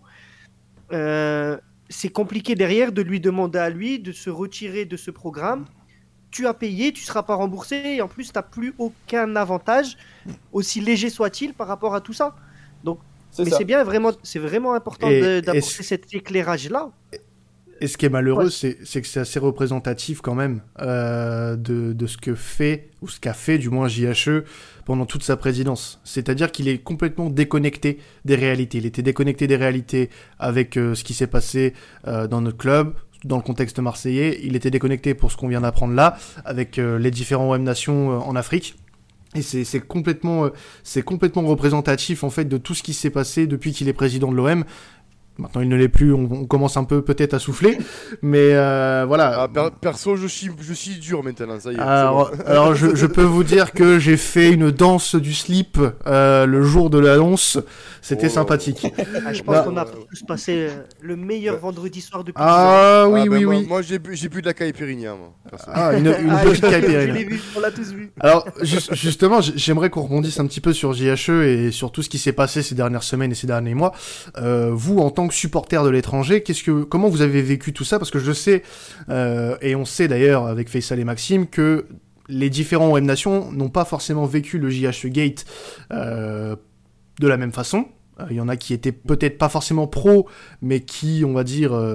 euh, c'est compliqué derrière de lui demander à lui de se retirer de ce programme. Tu as payé, tu ne seras pas remboursé, et en plus tu n'as plus aucun avantage, aussi léger soit-il, par rapport à tout ça. Donc C'est mais ça. c'est bien, vraiment, c'est vraiment important Et- de- et d'apporter ce- cet éclairage-là. Et ce qui est malheureux, Ouais. c'est, c'est que c'est assez représentatif quand même euh, de, de ce que fait, ou ce qu'a fait du moins J H E pendant toute sa présidence. C'est-à-dire qu'il est complètement déconnecté des réalités. Il était déconnecté des réalités avec euh, ce qui s'est passé euh, dans notre club, dans le contexte marseillais. Il était déconnecté pour ce qu'on vient d'apprendre là, avec euh, les différents O M Nations euh, en Afrique. Et c'est, c'est complètement, euh, c'est complètement représentatif en fait de tout ce qui s'est passé depuis qu'il est président de l'O M. Maintenant, il ne l'est plus, on, on commence un peu peut-être à souffler, mais euh, voilà. Ah, per- perso, je suis, je suis dur maintenant, ça y est. Alors, c'est bon. alors je, je peux vous dire que j'ai fait une danse du slip euh, le jour de l'annonce, c'était Oh. sympathique. Ah, je pense Bah, qu'on a ouais, ouais. tous passé euh, le meilleur Ouais. vendredi soir depuis dix ans. Ah oui, Ah, ben, oui, moi, oui. Moi, j'ai bu, j'ai bu de la caipirinha, moi. perso. Ah, une, une Ah, petite je- Je caipirinha. l'ai vu, on l'a tous vu. Alors, ju- justement, j- j'aimerais qu'on rebondisse un petit peu sur J H E et sur tout ce qui s'est passé ces dernières semaines et ces derniers mois. Euh, vous, en tant que supporter de l'étranger, qu'est-ce que, comment vous avez vécu tout ça? Parce que je sais, euh, et on sait d'ailleurs avec Faisal et Maxime, que les différents O M Nations n'ont pas forcément vécu le J H E Gate euh, de la même façon. Il y en a qui étaient peut-être pas forcément pro, mais qui, on va dire, euh,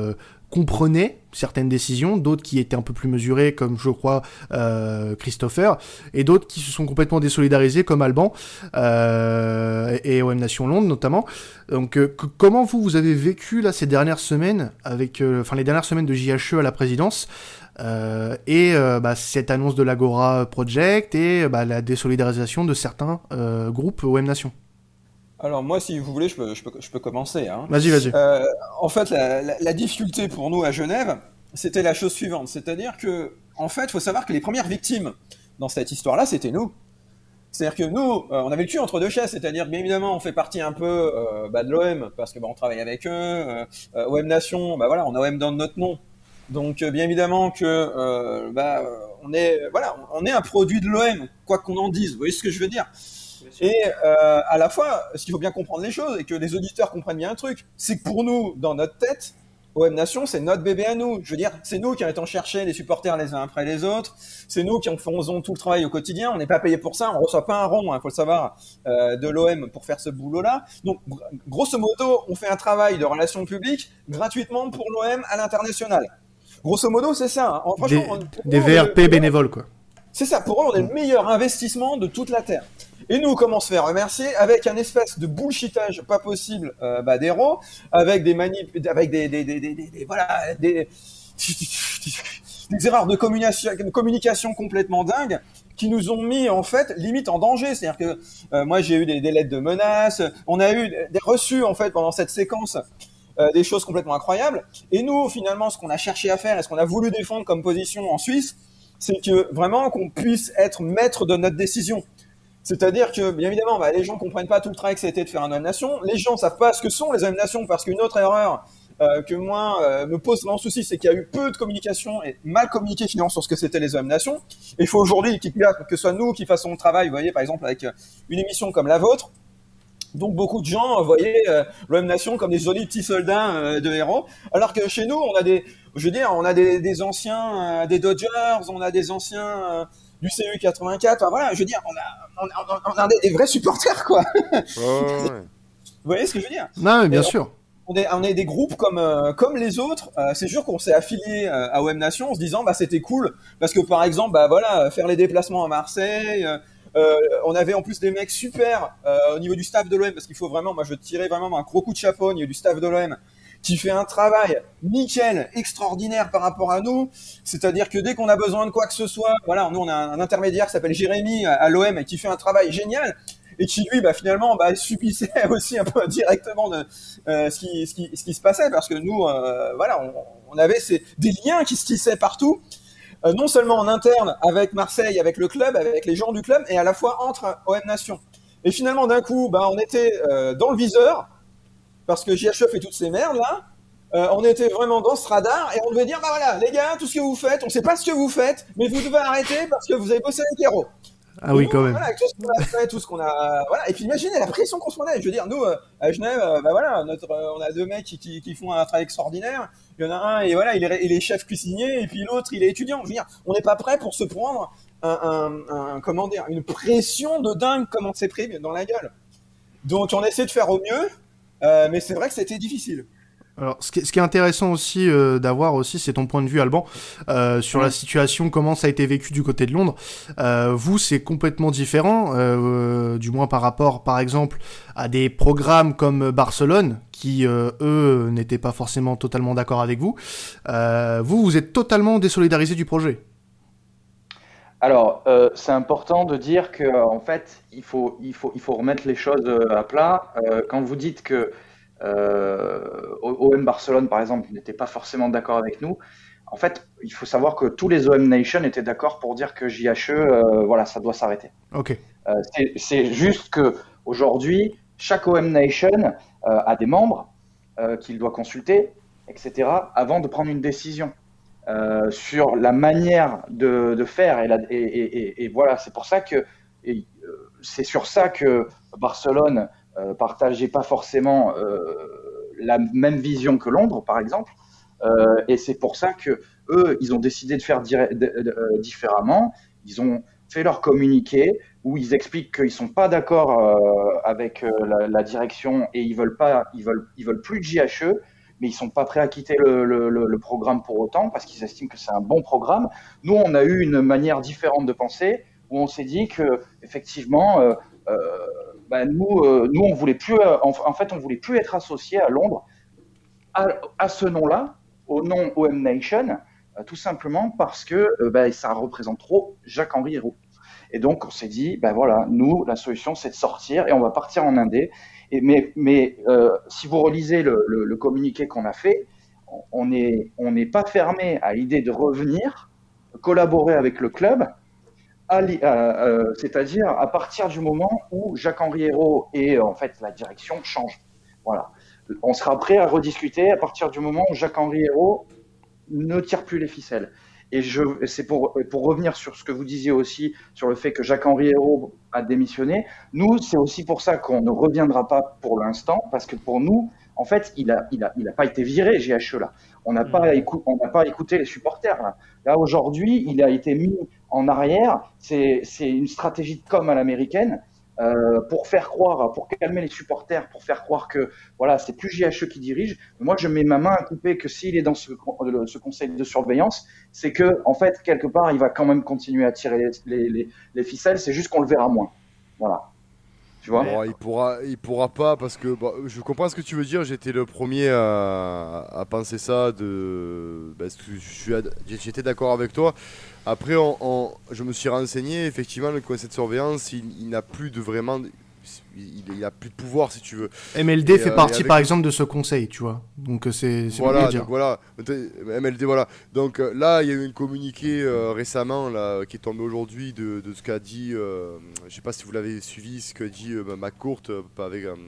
comprenaient certaines décisions, d'autres qui étaient un peu plus mesurées, comme je crois euh, Christopher, et d'autres qui se sont complètement désolidarisés, comme Alban euh, et O M Nation Londres notamment. Donc, euh, c- comment vous vous avez vécu là ces dernières semaines, avec, euh, enfin les dernières semaines de J H E à la présidence, euh, et euh, bah, cette annonce de l'Agora Project et bah, la désolidarisation de certains euh, groupes O M Nation. Alors moi, si vous voulez, je peux, je peux, je peux commencer, hein. Vas-y, vas-y. Euh, en fait, la, la, la difficulté pour nous à Genève, c'était la chose suivante, c'est-à-dire que, en fait, il faut savoir que les premières victimes dans cette histoire-là, c'était nous. C'est-à-dire que nous, euh, on avait le cul entre deux chaises, c'est-à-dire que bien évidemment, on fait partie un peu euh, bah, de l'O M parce que bah, on travaille avec eux, euh, euh, O M Nation, bah voilà, on a O M dans notre nom. Donc euh, bien évidemment que euh, bah, on est voilà, on est un produit de l'O M, quoi qu'on en dise. Vous voyez ce que je veux dire? Et euh, à la fois, ce qu'il faut bien comprendre les choses et que les auditeurs comprennent bien un truc, c'est que pour nous, dans notre tête, O M Nation, c'est notre bébé à nous. Je veux dire, c'est nous qui allons chercher les supporters les uns après les autres. C'est nous qui en faisons tout le travail au quotidien. On n'est pas payé pour ça. On reçoit pas un rond, il hein, faut le savoir, euh, de l'O M pour faire ce boulot-là. Donc, grosso modo, on fait un travail de relations publiques gratuitement pour l'O M à l'international. Grosso modo, c'est ça. Hein. Des, on, des V R P est, bénévoles, quoi. C'est ça. Pour eux, on est le meilleur investissement de toute la Terre. Et nous, comment on se fait remercier? Avec un espèce de bullshitage pas possible euh, bah, d'héros, avec des manip, avec des, des, des, des, des, des voilà, des, des erreurs de communication, communication complètement dingues qui nous ont mis en fait limite en danger. C'est-à-dire que euh, moi, j'ai eu des, des lettres de menaces, on a eu des reçus en fait pendant cette séquence. Euh, des choses complètement incroyables. Et nous, finalement, ce qu'on a cherché à faire et ce qu'on a voulu défendre comme position en Suisse, c'est que vraiment qu'on puisse être maître de notre décision. C'est-à-dire que, bien évidemment, bah, les gens comprennent pas tout le travail que ça a été de faire un O M Nation. Les gens savent pas ce que sont les O M Nations parce qu'une autre erreur euh, que moi euh, me pose vraiment souci, c'est qu'il y a eu peu de communication et mal communiqué finalement sur ce que c'était les O M Nations. Et il faut aujourd'hui qu'il que ce soit nous qui fassons le travail, vous voyez, par exemple, avec une émission comme la vôtre. Donc beaucoup de gens voyaient euh, l'O M Nation comme des jolis petits soldats euh, de héros, alors que chez nous, on a des, je veux dire, on a des, des anciens euh, des Dodgers, on a des anciens euh, du C U quatre-vingt-quatre, enfin, voilà, je veux dire, on a, on a, on a des, des vrais supporters, quoi. Oh, ouais. Vous voyez ce que je veux dire? Non, mais bien Et sûr. On est, on est des groupes comme, euh, comme les autres. Euh, c'est sûr qu'on s'est affilié euh, à O M Nation en se disant, bah, c'était cool, parce que par exemple, bah, voilà, faire les déplacements à Marseille. Euh, Euh, on avait en plus des mecs super euh, au niveau du staff de l'O M, parce qu'il faut vraiment, moi je tirais vraiment un gros coup de chapeau au niveau du staff de l'O M, qui fait un travail nickel, extraordinaire par rapport à nous. C'est-à-dire que dès qu'on a besoin de quoi que ce soit, voilà, nous on a un intermédiaire qui s'appelle Jérémy à, à l'O M et qui fait un travail génial et qui lui, bah finalement, bah subissait aussi un peu directement de euh, ce qui, ce qui, ce qui se passait, parce que nous, euh, voilà, on, on avait ces, des liens qui se tissaient partout. Euh, non seulement en interne avec Marseille, avec le club, avec les gens du club, et à la fois entre O M Nation. Et finalement, d'un coup, bah, on était euh, dans le viseur, parce que J H E fait toutes ces merdes là. Euh, on était vraiment dans ce radar, et on devait dire, bah voilà, les gars, tout ce que vous faites, on sait pas ce que vous faites, mais vous devez arrêter parce que vous avez bossé avec Hero. Ah oui, nous, quand même. Voilà, tout ce qu'on a fait, tout ce qu'on a, voilà. Et puis imaginez la pression qu'on se prenait. Je veux dire, nous euh, à Genève, euh, bah voilà, notre, euh, on a deux mecs qui, qui, qui font un travail extraordinaire. Il y en a un et voilà, il est, il est chef cuisinier, et puis l'autre, il est étudiant. Je veux dire, on n'est pas prêt pour se prendre un, un, un, comment dire, une pression de dingue comme on s'est pris dans la gueule. Donc on essaie de faire au mieux, euh, mais c'est vrai que c'était difficile. Alors, ce qui, ce qui est intéressant aussi euh, d'avoir aussi, c'est ton point de vue, Alban, euh, sur mmh. la situation, comment ça a été vécu du côté de Londres. Euh, vous, c'est complètement différent, euh, du moins par rapport, par exemple, à des programmes comme Barcelone, qui, euh, eux, n'étaient pas forcément totalement d'accord avec vous. Euh, vous, vous êtes totalement désolidarisé du projet. Alors, euh, c'est important de dire que, en fait, il faut, il faut, il faut remettre les choses à plat. Euh, quand vous dites que Euh, O M Barcelone, par exemple, n'était pas forcément d'accord avec nous. En fait, il faut savoir que tous les O M Nation étaient d'accord pour dire que J H E, euh, voilà, ça doit s'arrêter. Ok. Euh, c'est, c'est juste que aujourd'hui, chaque O M Nation euh, a des membres euh, qu'il doit consulter, et cetera, avant de prendre une décision euh, sur la manière de, de faire. Et, la, et, et, et voilà, c'est pour ça que et, euh, c'est sur ça que Barcelone Euh, partageaient pas forcément euh, la même vision que Londres, par exemple, euh, et c'est pour ça que eux, ils ont décidé de faire dire- de, de, de, différemment. Ils ont fait leur communiqué où ils expliquent qu'ils sont pas d'accord euh, avec euh, la, la direction et ils veulent pas, ils veulent, ils veulent plus de J H E, mais ils sont pas prêts à quitter le, le, le, le programme pour autant parce qu'ils estiment que c'est un bon programme. Nous, on a eu une manière différente de penser où on s'est dit que effectivement, euh, euh, bah, nous, euh, nous, on voulait plus, euh, en, en fait, on voulait plus être associé à Londres à, à ce nom-là, au nom O M Nation, euh, tout simplement parce que euh, bah, ça représente trop Jacques-Henri Hérault. Et donc, on s'est dit, ben voilà, nous, la solution, c'est de sortir et on va partir en indé. Et, mais mais euh, si vous relisez le, le, le communiqué qu'on a fait, on n'est on n'est pas fermé à l'idée de revenir, collaborer avec le club, à, euh, c'est-à-dire à partir du moment où Jacques-Henri Hérault et en fait la direction changent. Voilà. On sera prêt à rediscuter à partir du moment où Jacques-Henri Hérault ne tire plus les ficelles. Et je, c'est pour, pour revenir sur ce que vous disiez aussi, sur le fait que Jacques-Henri Hérault a démissionné. Nous, c'est aussi pour ça qu'on ne reviendra pas pour l'instant, parce que pour nous, en fait, il n'a il a, il a pas été viré, G H E, là. On n'a pas, écou- on n'a pas écouté les supporters, là. Là, aujourd'hui, il a été mis en arrière. C'est, c'est une stratégie de com à l'américaine. Euh, pour faire croire, pour calmer les supporters, pour faire croire que voilà, c'est plus J H E qui dirige. Moi, je mets ma main à couper que s'il est dans ce, ce conseil de surveillance, c'est que en fait, quelque part, il va quand même continuer à tirer les, les, les, les ficelles. C'est juste qu'on le verra moins. Voilà. Tu vois. Bon, il pourra, il pourra pas parce que bon, je comprends ce que tu veux dire. J'étais le premier à, à penser ça. De, bah, je suis, j'étais d'accord avec toi. Après, on, on, je me suis renseigné. Effectivement, le conseil de surveillance, il, il n'a plus de vraiment, il, il a plus de pouvoir, si tu veux. M L D et, fait euh, partie, par le... exemple, de ce conseil, tu vois. Donc c'est, c'est voilà, dire. donc voilà, M L D, voilà. Donc euh, là, il y a eu un communiqué euh, récemment là, qui est tombé aujourd'hui de, de ce qu'a dit, euh, je sais pas si vous l'avez suivi, ce qu'a dit euh, McCourt euh, avec euh,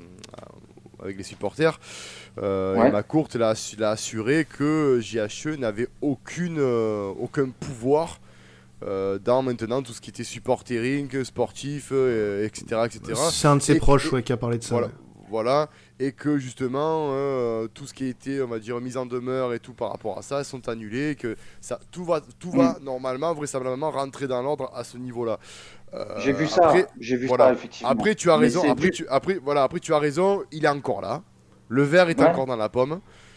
avec les supporters. Euh, ouais. Et McCourt l'a, l'a assuré que J H E n'avait aucune, euh, aucun pouvoir euh, dans maintenant tout ce qui était supportering, sportif, euh, et cetera, et cetera. C'est un de ses et, proches et, ouais, qui a parlé de ça. Voilà. Ouais. Voilà, et que justement euh, tout ce qui a été, on va dire, mise en demeure et tout par rapport à ça sont annulés, que ça, tout va, tout va mmh. normalement, vraisemblablement rentrer dans l'ordre à ce niveau-là. Euh, j'ai vu ça, après, j'ai vu voilà. ça effectivement. Après tu as raison, après tu, après, voilà, après tu as raison, il est encore là, le verre est ouais. encore dans la pomme.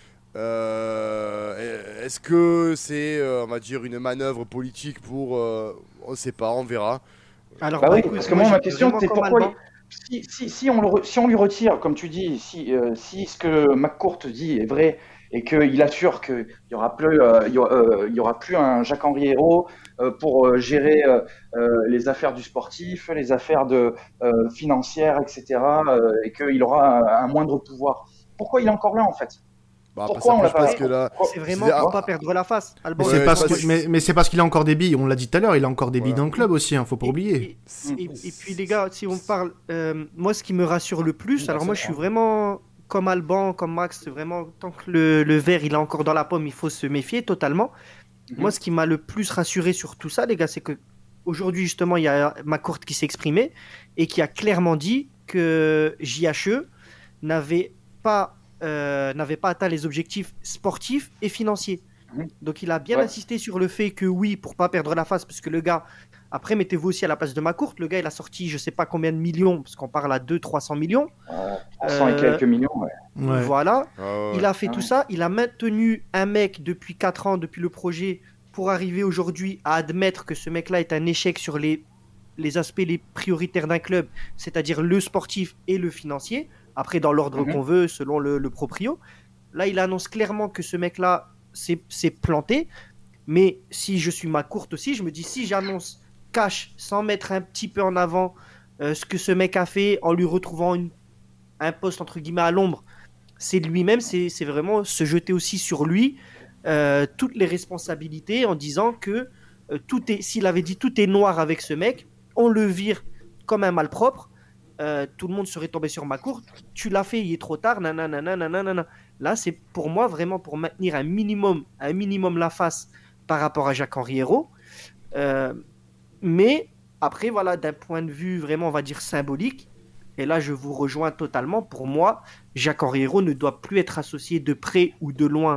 Euh, est-ce que c'est, euh, on va dire, une manœuvre politique pour, euh, on ne sait pas, on verra. Alors, bah bah, oui, écoute, parce que moi, ma question, c'est pourquoi. Si, si, si, on le, si on lui retire, comme tu dis, si, euh, si ce que McCourt dit est vrai et qu'il assure qu'il n'y aura, euh, y, euh, y aura plus un Jacques-Henri Hérault euh, pour euh, gérer euh, euh, les affaires du sportif, les affaires de, euh, financières, et cetera, euh, et qu'il aura un, un moindre pouvoir, pourquoi il est encore là en fait? Bah, Pourquoi on l'a pas que là... C'est vraiment pour pas perdre la face. Mais, ouais, c'est parce que, mais, mais c'est parce qu'il a encore des billes. On l'a dit tout à l'heure, il a encore des billes voilà. dans le club aussi. Hein, faut pas et, oublier. Et, et, et puis les gars, si on parle, euh, moi ce qui me rassure le plus, alors moi je suis vraiment comme Alban, comme Max, c'est vraiment tant que le, le verre il est encore dans la pomme, il faut se méfier totalement. Mm-hmm. Moi ce qui m'a le plus rassuré sur tout ça, les gars, c'est que aujourd'hui justement il y a McCourt qui s'est exprimé et qui a clairement dit que J H E n'avait pas Euh, n'avait pas atteint les objectifs sportifs et financiers. Mmh. Donc il a bien ouais. insisté sur le fait que oui, pour pas perdre la face, parce que le gars, après mettez-vous aussi à la place de McCourt, le gars il a sorti je sais pas combien de millions, parce qu'on parle à deux cents trois cents millions. Euh, trois cents euh, et quelques millions, ouais. ouais. Voilà, oh, ouais. il a fait ah, tout ouais. ça, il a maintenu un mec depuis quatre ans, depuis le projet, pour arriver aujourd'hui à admettre que ce mec-là est un échec sur les, les aspects les prioritaires d'un club, c'est-à-dire le sportif et le financier. Après, dans l'ordre mm-hmm. qu'on veut, selon le, le proprio. Là, il annonce clairement que ce mec-là s'est, s'est planté. Mais si je suis McCourt aussi, je me dis, si j'annonce cash, sans mettre un petit peu en avant euh, ce que ce mec a fait, en lui retrouvant une, un poste, entre guillemets, à l'ombre, c'est lui-même, c'est, c'est vraiment se jeter aussi sur lui euh, toutes les responsabilités en disant que euh, tout est, s'il avait dit tout est noir avec ce mec, on le vire comme un malpropre. Euh, tout le monde serait tombé sur McCourt. Tu l'as fait, il est trop tard. Nanana, nanana. Là, c'est pour moi vraiment pour maintenir un minimum, un minimum la face par rapport à Jacques-Henri Hérault. Euh, mais après, voilà, d'un point de vue vraiment, on va dire symbolique. Et là, je vous rejoins totalement. Pour moi, Jacques-Henri Hérault ne doit plus être associé de près ou de loin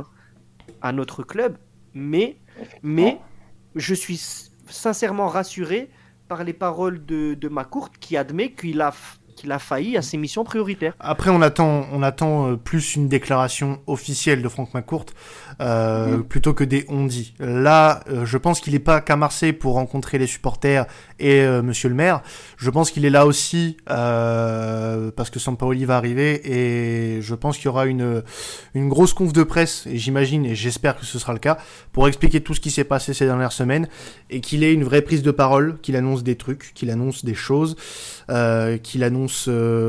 à notre club. Mais, mais je suis sincèrement rassuré par les paroles de, de McCourt qui admet qu'il a, qu'il a failli à ses missions prioritaires. Après, on attend, on attend euh, plus une déclaration officielle de Franck McCourt euh, mmh. plutôt que des on-dit. Là, euh, je pense qu'il n'est pas qu'à Marseille pour rencontrer les supporters et euh, Monsieur le maire. Je pense qu'il est là aussi euh, parce que Sampaoli va arriver et je pense qu'il y aura une une grosse conf de presse, et j'imagine et j'espère que ce sera le cas, pour expliquer tout ce qui s'est passé ces dernières semaines et qu'il ait une vraie prise de parole, qu'il annonce des trucs, qu'il annonce des choses, euh, qu'il annonce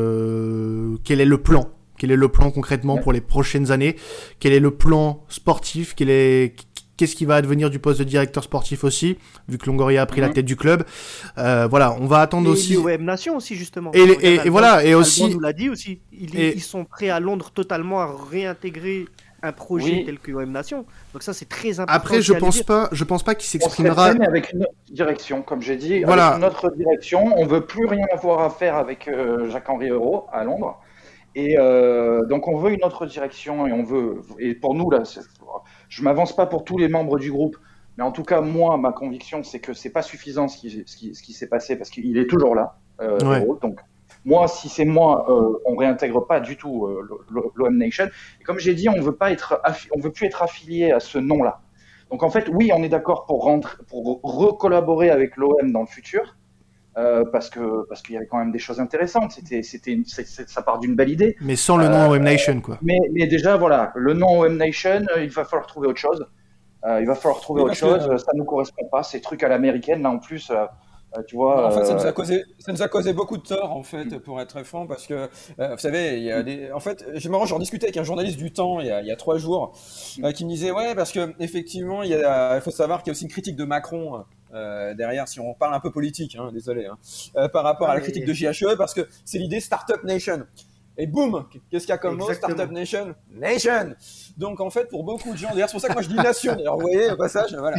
euh, quel est le plan, quel est le plan concrètement pour les prochaines années, quel est le plan sportif, quel est qu'est-ce qui va advenir du poste de directeur sportif aussi, vu que Longoria a pris mmh. la tête du club. Euh, voilà, on va attendre et aussi. Et l'O M Nation aussi justement. Et, et, et, et voilà, et aussi. Albon nous l'a dit aussi. Ils, et... ils sont prêts à Londres totalement à réintégrer un projet oui. tel que l'O M Nation. Donc ça c'est très important. Après, je pense pas, je pense pas qu'il s'exprimera. Mais avec une autre direction, comme j'ai dit, voilà. avec une autre direction, on veut plus rien avoir à faire avec euh, Jacques-Henri Hérault à Londres. Et euh, donc on veut une autre direction et on veut et pour nous là, c'est, je m'avance pas pour tous les membres du groupe, mais en tout cas moi ma conviction c'est que c'est pas suffisant ce qui ce qui, ce qui s'est passé parce qu'il est toujours là. Euh, ouais. Hérault, donc moi si c'est moi, euh, on réintègre pas du tout euh, l'O M Nation. Et comme j'ai dit, on veut pas être affi- on veut plus être affilié à ce nom là. Donc en fait oui on est d'accord pour rentrer pour recollaborer avec l'O M dans le futur. Euh, parce que parce qu'il y avait quand même des choses intéressantes. C'était c'était une, c'est, c'est, ça part d'une belle idée. Mais sans le nom euh, O M Nation quoi. Mais mais déjà voilà, le nom O M Nation, euh, il va falloir trouver autre chose. Euh, il va falloir trouver oui, autre chose. Que... Ça nous correspond pas. Ces trucs à l'américaine là en plus. Euh, Euh, tu vois, en fait, ça euh... nous a causé, ça nous a causé beaucoup de tort, en fait, pour être très franc, parce que, euh, vous savez, il y a des, en fait, j'ai marrant, j'en discutais avec un journaliste du Temps il y a, il y a trois jours, euh, qui me disait, ouais, parce que, effectivement, il y a, il faut savoir qu'il y a aussi une critique de Macron, euh, derrière, si on parle un peu politique, hein, désolé, hein, euh, par rapport à la critique de J H E, parce que c'est l'idée Startup Nation. Et boum, qu'est-ce qu'il y a comme Exactement. mot Startup Nation Nation. Donc en fait, pour beaucoup de gens, d'ailleurs c'est pour ça que moi je dis nation. D'ailleurs vous voyez au passage, voilà.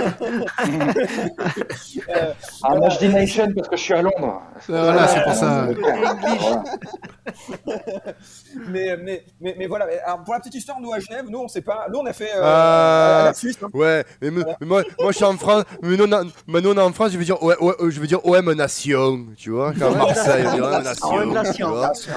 euh, ah moi je dis nation parce que je suis à Londres. Voilà, c'est pour ça. mais, mais mais mais voilà. Alors, pour la petite histoire, nous à Genève, nous on sait pas. Nous on a fait euh, euh, à la Suisse. Hein. Ouais, mais, voilà. mais moi moi je suis en France. Mais nous, mais nous on est en France, je veux dire ouais, ouais, je veux dire O M Nation, tu vois, comme Marseille, O M Nation. O M Nation.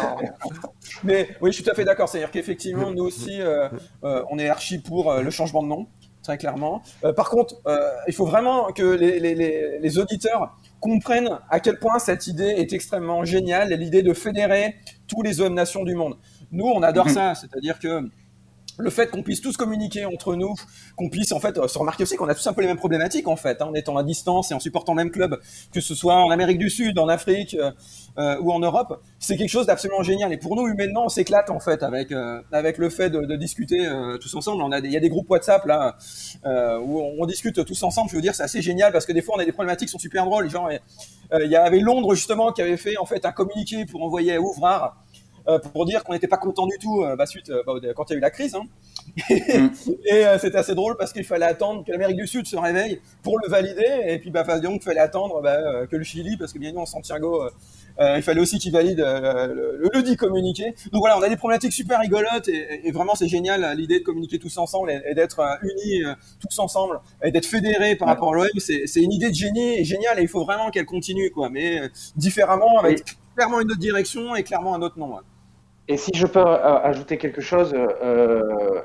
Mais oui, je suis tout à fait d'accord. C'est-à-dire qu'effectivement, nous aussi, euh, euh, on est archi pour euh, le changement de nom, très clairement. Euh, par contre, euh, il faut vraiment que les, les, les, les auditeurs comprennent à quel point cette idée est extrêmement géniale, l'idée de fédérer tous les O M nations du monde. Nous, on adore ça. C'est-à-dire que le fait qu'on puisse tous communiquer entre nous, qu'on puisse en fait se remarquer aussi qu'on a tous un peu les mêmes problématiques en fait, hein, en étant à distance et en supportant le même club, que ce soit en Amérique du Sud, en Afrique euh, euh, ou en Europe, c'est quelque chose d'absolument génial. Et pour nous humainement, on s'éclate en fait avec euh, avec le fait de, de discuter euh, tous ensemble. On a il y a des groupes WhatsApp là euh, où on, on discute tous ensemble. Je veux dire, c'est assez génial parce que des fois on a des problématiques qui sont super drôles. Genre, euh, il y avait Londres justement qui avait fait en fait un communiqué pour envoyer à Ouvrard. Euh, pour dire qu'on n'était pas content du tout euh, bah, suite euh, bah, quand il y a eu la crise hein. et, mm. et euh, c'était assez drôle parce qu'il fallait attendre que l'Amérique du Sud se réveille pour le valider et puis bah donc il fallait attendre bah, euh, que le Chili parce que bien évidemment Santiago euh, euh, il fallait aussi qu'il valide euh, le, le dit communiqué. Donc voilà, on a des problématiques super rigolotes et, et vraiment c'est génial l'idée de communiquer tous ensemble et, et d'être euh, unis euh, tous ensemble et d'être fédérés par ouais. rapport à l'O M. C'est, c'est une idée de génie et géniale et il faut vraiment qu'elle continue quoi, mais euh, différemment avec oui. clairement une autre direction et clairement un autre nom. Ouais. Et si je peux euh, ajouter quelque chose, euh,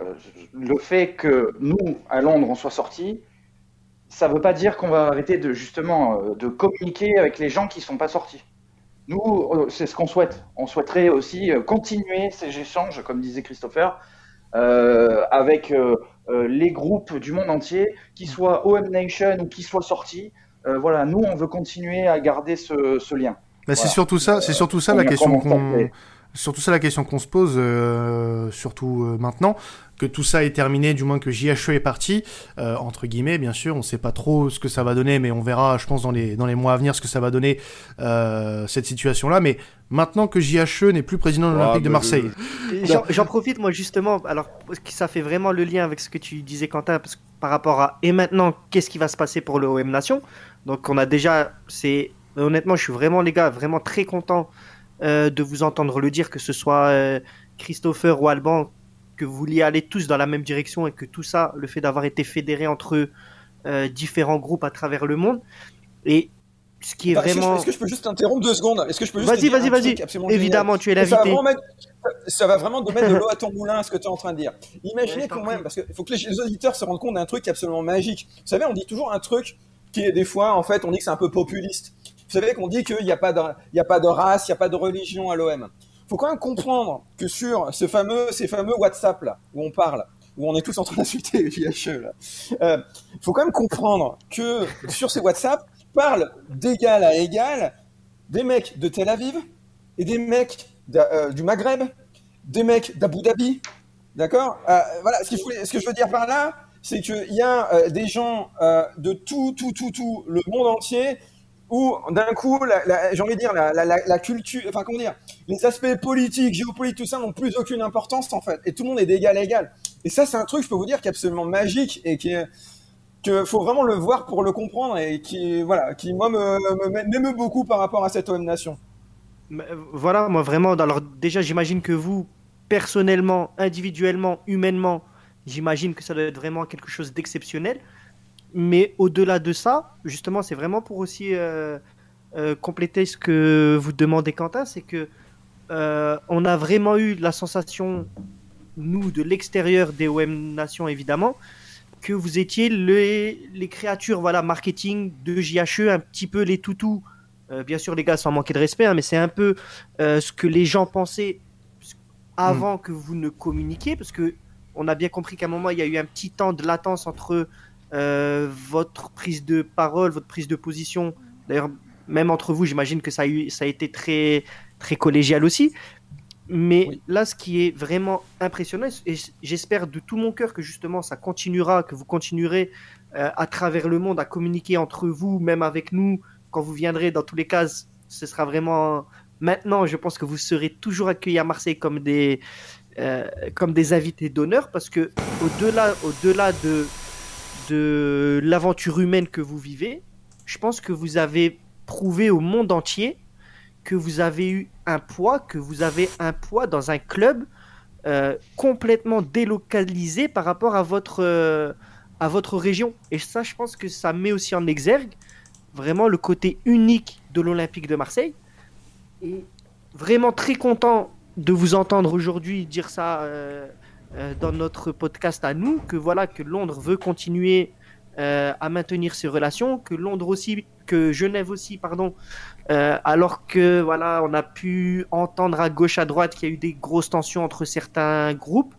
le fait que nous, à Londres, on soit sortis, ça ne veut pas dire qu'on va arrêter de justement de communiquer avec les gens qui ne sont pas sortis. Nous, c'est ce qu'on souhaite. On souhaiterait aussi continuer ces échanges, comme disait Christopher, euh, avec euh, les groupes du monde entier, qu'ils soient O M Nation ou qu'ils soient sortis. Euh, voilà, nous, on veut continuer à garder ce, ce lien. Bah, voilà. C'est surtout ça, c'est surtout ça euh, la question qu'on... Surtout ça la question qu'on se pose, euh, surtout euh, maintenant, que tout ça est terminé, du moins que J H E est parti, euh, entre guillemets, bien sûr, on sait pas trop ce que ça va donner, mais on verra, je pense, dans les, dans les mois à venir, ce que ça va donner, euh, cette situation-là, mais maintenant que J H E n'est plus président de l'Olympique ah, de Marseille. Je... J'en, j'en profite, moi, justement, alors, parce que ça fait vraiment le lien avec ce que tu disais, Quentin, parce que par rapport à, et maintenant, qu'est-ce qui va se passer pour le O M Nation? Donc, on a déjà, c'est, honnêtement, je suis vraiment, les gars, vraiment très content Euh, de vous entendre le dire, que ce soit euh, Christopher ou Alban, que vous vouliez aller tous dans la même direction et que tout ça, le fait d'avoir été fédérés entre euh, différents groupes à travers le monde. Et ce qui est Bah, vraiment. Est-ce que, je, est-ce que je peux juste t'interrompre deux secondes? Est-ce que je peux juste Vas-y, te dire vas-y, un vas-y. truc absolument Évidemment, génial. tu es Et ça va, l'invité. vraiment mettre, ça va vraiment de mettre de l'eau à ton moulin, ce que tu es en train de dire. Imaginez Ouais, je t'en quand même, prie. parce qu'il faut que les, les auditeurs se rendent compte d'un truc absolument magique. Vous savez, on dit toujours un truc qui est des fois, en fait, on dit que c'est un peu populiste. Vous savez qu'on dit qu'il n'y a pas de, il y a pas de race, il n'y a pas de religion à l'O M. Il faut quand même comprendre que sur ce fameux, ces fameux WhatsApp là, où on parle, où on est tous en train d'insulter les J H E là, euh, faut quand même comprendre que sur ces WhatsApp, parlent d'égal à égal des mecs de Tel Aviv et des mecs euh, du Maghreb, des mecs d'Abu Dhabi, d'accord euh, Voilà, ce, qu'il faut, ce que je veux dire par là, c'est qu'il y a euh, des gens euh, de tout, tout, tout, tout le monde entier où d'un coup, la, la, j'ai envie de dire, la, la, la culture, enfin comment dire, les aspects politiques, géopolitiques, tout ça n'ont plus aucune importance en fait, et tout le monde est d'égal à égal. Et ça, c'est un truc, je peux vous dire, qui est absolument magique et qui est que faut vraiment le voir pour le comprendre et qui, voilà, qui moi me, me, m'émeut beaucoup par rapport à cette O M Nation. Mais, euh, Voilà, moi vraiment, alors déjà, j'imagine que vous, personnellement, individuellement, humainement, j'imagine que ça doit être vraiment quelque chose d'exceptionnel. Mais au-delà de ça, justement, c'est vraiment pour aussi euh, euh, compléter ce que vous demandez, Quentin, c'est que euh, on a vraiment eu la sensation, nous, de l'extérieur des O M Nations, évidemment, que vous étiez les, les créatures, voilà, marketing de J H E, un petit peu les toutous. Euh, bien sûr, les gars, sans manquer de respect, hein, mais c'est un peu euh, ce que les gens pensaient avant mmh. que vous ne communiquiez, parce que on a bien compris qu'à un moment, il y a eu un petit temps de latence entre euh, votre prise de parole, votre prise de position. D'ailleurs, même entre vous, j'imagine que ça a, eu, ça a été très, très collégial aussi. Mais oui. Là, ce qui est vraiment impressionnant, et j'espère de tout mon cœur que justement ça continuera, que vous continuerez euh, à travers le monde à communiquer entre vous, même avec nous, quand vous viendrez, dans tous les cas, ce sera vraiment... Maintenant, je pense que vous serez toujours accueillis à Marseille comme des, euh, comme des invités d'honneur, parce que au-delà, au-delà de, de l'aventure humaine que vous vivez, je pense que vous avez prouvé au monde entier que vous avez eu un poids, que vous avez un poids dans un club euh, complètement délocalisé par rapport à votre, euh, à votre région. Et ça, je pense que ça met aussi en exergue vraiment le côté unique de l'Olympique de Marseille. Et vraiment très content de vous entendre aujourd'hui dire ça euh, euh, dans notre podcast à nous, que voilà, que Londres veut continuer euh, à maintenir ses relations, que Londres aussi, que Genève aussi, pardon, Euh, alors que voilà, on a pu entendre à gauche à droite qu'il y a eu des grosses tensions entre certains groupes.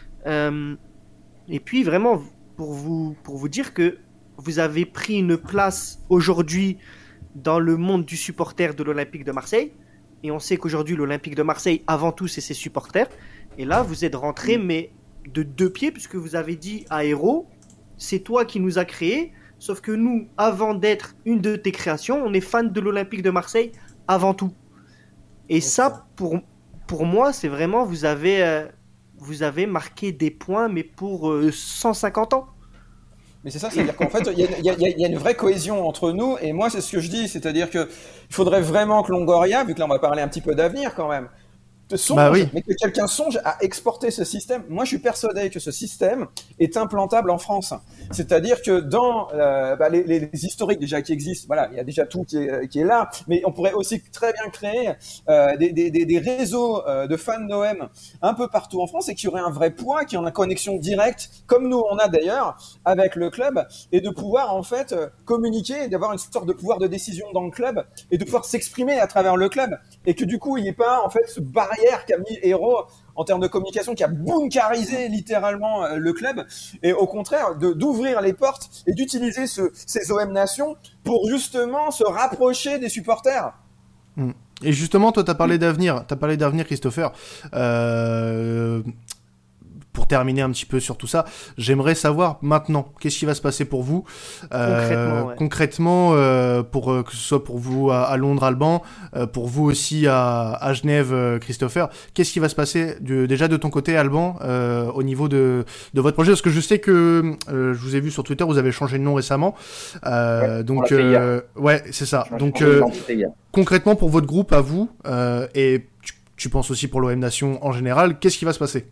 Euh, et puis vraiment pour vous pour vous dire que vous avez pris une place aujourd'hui dans le monde du supporter de l'Olympique de Marseille. Et on sait qu'aujourd'hui l'Olympique de Marseille, avant tout, c'est ses supporters. Et là, vous êtes rentré mais de deux pieds, puisque vous avez dit à Héros, c'est toi qui nous as créés. Sauf que nous, avant d'être une de tes créations, on est fan de l'Olympique de Marseille avant tout. Et ça, pour, pour moi, c'est vraiment, vous avez, euh, vous avez marqué des points, mais pour euh, cent cinquante ans. Mais c'est ça, c'est-à-dire qu'en fait, il y, y, y, y a une vraie cohésion entre nous. Et moi, c'est ce que je dis, c'est-à-dire qu'il faudrait vraiment que Longoria, vu que là, on va parler un petit peu d'avenir quand même, songe, bah oui. mais que quelqu'un songe à exporter ce système. Moi, je suis persuadé que ce système est implantable en France. C'est-à-dire que dans euh, bah, les, les, les historiques déjà qui existent, voilà, il y a déjà tout qui est, qui est là, mais on pourrait aussi très bien créer euh, des, des, des réseaux euh, de fans d'O M un peu partout en France et qui auraient un vrai poids, qui ont une connexion directe, comme nous on a d'ailleurs avec le club, et de pouvoir en fait communiquer, et d'avoir une sorte de pouvoir de décision dans le club et de pouvoir s'exprimer à travers le club, et que du coup il n'y ait pas en fait ce barrière qu'a mis Héros en termes de communication, qui a bunkarisé littéralement euh, le club, et au contraire de, d'ouvrir les portes et d'utiliser ce, ces O M Nations pour justement se rapprocher des supporters. Mmh. Et justement, toi, tu as parlé d'avenir, tu as parlé d'avenir, Christopher. Euh... Pour terminer un petit peu sur tout ça, j'aimerais savoir maintenant, qu'est-ce qui va se passer pour vous euh, concrètement, ouais. concrètement euh, pour euh, que ce soit pour vous à, à Londres, Alban, euh, pour vous aussi à, à Genève, euh, Christopher. Qu'est-ce qui va se passer de, déjà de ton côté, Alban, euh, au niveau de, de votre projet? Parce que je sais que euh, je vous ai vu sur Twitter, vous avez changé de nom récemment. Euh, ouais, donc, euh, ouais, c'est ça. Donc, euh, concrètement pour votre groupe à vous, euh, et tu, tu penses aussi pour l'O M Nation en général, qu'est-ce qui va se passer?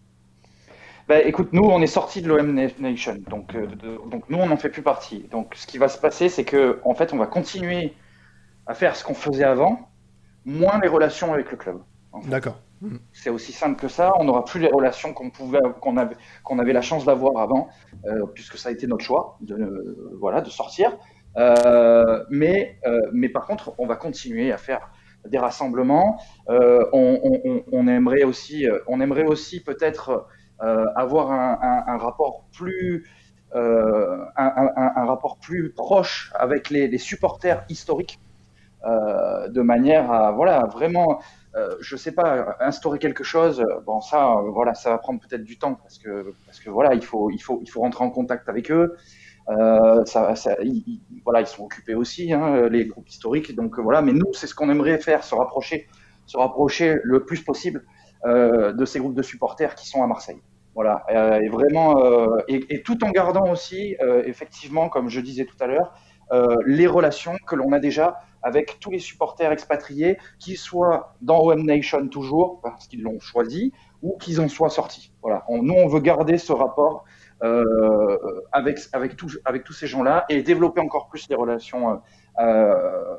Bah, écoute, nous, on est sortis de l'O M Nation, donc, euh, de, donc nous, on n'en fait plus partie. Donc, ce qui va se passer, c'est que, en fait, on va continuer à faire ce qu'on faisait avant, moins les relations avec le club. En fait. D'accord. C'est aussi simple que ça. On n'aura plus les relations qu'on pouvait, qu'on avait, qu'on avait la chance d'avoir avant, euh, puisque ça a été notre choix de, euh, voilà, de sortir. Euh, mais, euh, mais par contre, on va continuer à faire des rassemblements. Euh, on, on, on aimerait aussi, on aimerait aussi peut-être euh, avoir un, un, un rapport plus, euh, un, un, un rapport plus proche avec les, les supporters historiques, euh, de manière à, voilà, vraiment. Euh, je sais pas, instaurer quelque chose, bon ça, euh, voilà, ça va prendre peut-être du temps parce que parce que voilà, il faut il faut il faut rentrer en contact avec eux. Euh, ça, ça, ils, ils, voilà, ils sont occupés aussi, hein, les groupes historiques. Donc voilà, mais nous, c'est ce qu'on aimerait faire, se rapprocher, se rapprocher le plus possible euh, de ces groupes de supporters qui sont à Marseille. Voilà, euh, et vraiment, euh, et, et tout en gardant aussi, euh, effectivement, comme je disais tout à l'heure, euh, les relations que l'on a déjà avec tous les supporters expatriés, qu'ils soient dans O M Nation toujours, parce qu'ils l'ont choisi, ou qu'ils en soient sortis. Voilà. On, nous, on veut garder ce rapport euh, avec, avec, tout, avec tous ces gens-là et développer encore plus les relations euh,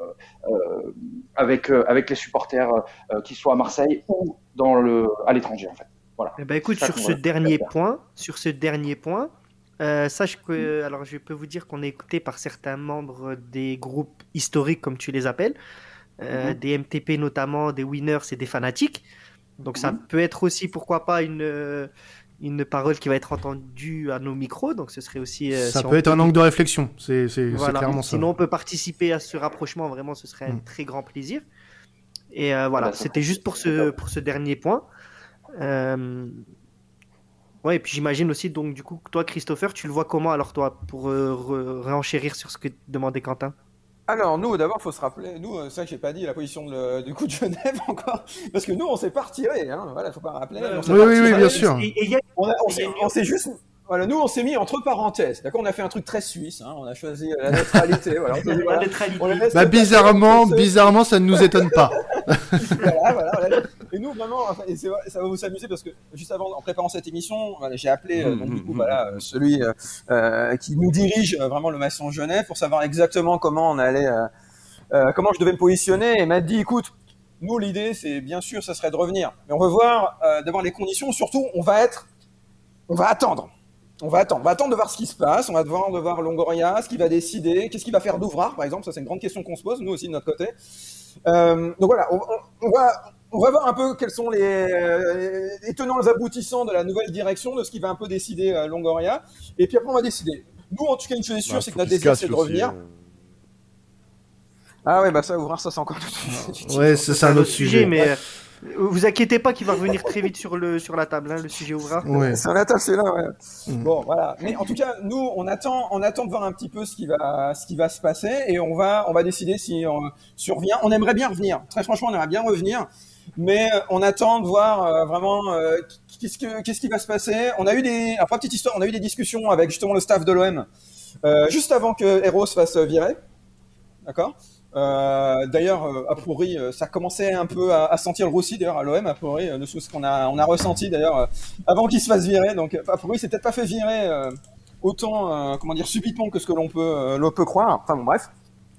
euh, avec, euh, avec les supporters, euh, qu'ils soient à Marseille ou dans le, à l'étranger, en fait. Voilà. Eh ben, écoute, sur ce dernier point, sur ce dernier point, Euh, sache que, mmh. alors je peux vous dire qu'on est écouté par certains membres des groupes historiques, comme tu les appelles, euh, mmh. des M T P notamment, des winners et des fanatiques. Donc mmh. ça peut être aussi, pourquoi pas, une, une parole qui va être entendue à nos micros. Donc ce serait aussi. Euh, ça si peut être peut... un angle de réflexion. C'est, c'est, voilà. c'est clairement ça. Sinon, on peut participer à ce rapprochement. Vraiment, ce serait mmh. un très grand plaisir. Et euh, voilà, bah, c'était juste pour ce, pour ce dernier point. Euh, Ouais, et puis j'imagine aussi, donc du coup, toi, Christopher, tu le vois comment alors, toi, pour euh, re- réenchérir sur ce que demandait Quentin? Alors, nous, d'abord, il faut se rappeler, nous, c'est vrai que j'ai pas dit la position de le, du coup de Genève encore, parce que nous, on s'est pas retiré, hein, voilà, faut pas rappeler. Ouais, oui, oui, oui, bien sûr. Et, et, et, on, a, on, s'est, on s'est juste. Voilà, nous, on s'est mis entre parenthèses. D'accord, on a fait un truc très suisse. Hein, on a choisi la neutralité. Voilà, on dit, voilà, la neutralité. On bah, bizarrement, bizarrement, ça ne nous étonne pas. voilà, voilà, voilà. Et nous, vraiment, enfin, et c'est, ça va vous amuser parce que juste avant, en préparant cette émission, voilà, j'ai appelé euh, donc, du coup, voilà, celui euh, euh, qui nous dirige euh, vraiment le Maçon Genève pour savoir exactement comment on allait, euh, euh, comment je devais me positionner. Et m'a dit, écoute, nous, l'idée, c'est bien sûr, ça serait de revenir, mais on veut voir euh, d'abord les conditions. Surtout, on va être, on va attendre. On va attendre, on va attendre de voir ce qui se passe, on va devoir de voir Longoria, ce qu'il va décider, qu'est-ce qu'il va faire d'Ouvrard, par exemple, ça c'est une grande question qu'on se pose, nous aussi de notre côté. Euh, donc voilà, on, on, on, va, on va voir un peu quels sont les, les tenants, les aboutissants de la nouvelle direction, de ce qui va un peu décider euh, Longoria, et puis après on va décider. Nous, en tout cas, une chose est sûre, bah, c'est que notre désir, c'est de revenir. Aussi, euh... Ah ouais, bah ça, Ouvrard, ça c'est encore autre sujet. Ouais, c'est, c'est un autre sujet, sujet mais... Vous inquiétez pas qu'il va revenir très vite sur, le, sur la table, hein, le sujet Ouvrard. Ouais. Sur la table, c'est là, ouais. Mmh. Bon, voilà. Mais en tout cas, nous, on attend, on attend de voir un petit peu ce qui va, ce qui va se passer et on va, on va décider si on survient. On aimerait bien revenir. Très franchement, on aimerait bien revenir. Mais on attend de voir euh, vraiment euh, qu'est-ce, que, qu'est-ce qui va se passer. On a eu des, après petite histoire, on a eu des discussions avec justement le staff de l'O M euh, juste avant que Eros fasse virer. D'accord. Euh, d'ailleurs, euh, a priori, euh, ça commençait un peu à, à sentir le roussi d'ailleurs à l'O M, a priori, euh, de ce qu'on a, on a ressenti d'ailleurs euh, avant qu'il se fasse virer. Donc, a priori, c'est peut-être pas fait virer euh, autant, euh, comment dire, subitement que ce que l'on peut, euh, l'on peut croire. Enfin bon, bref.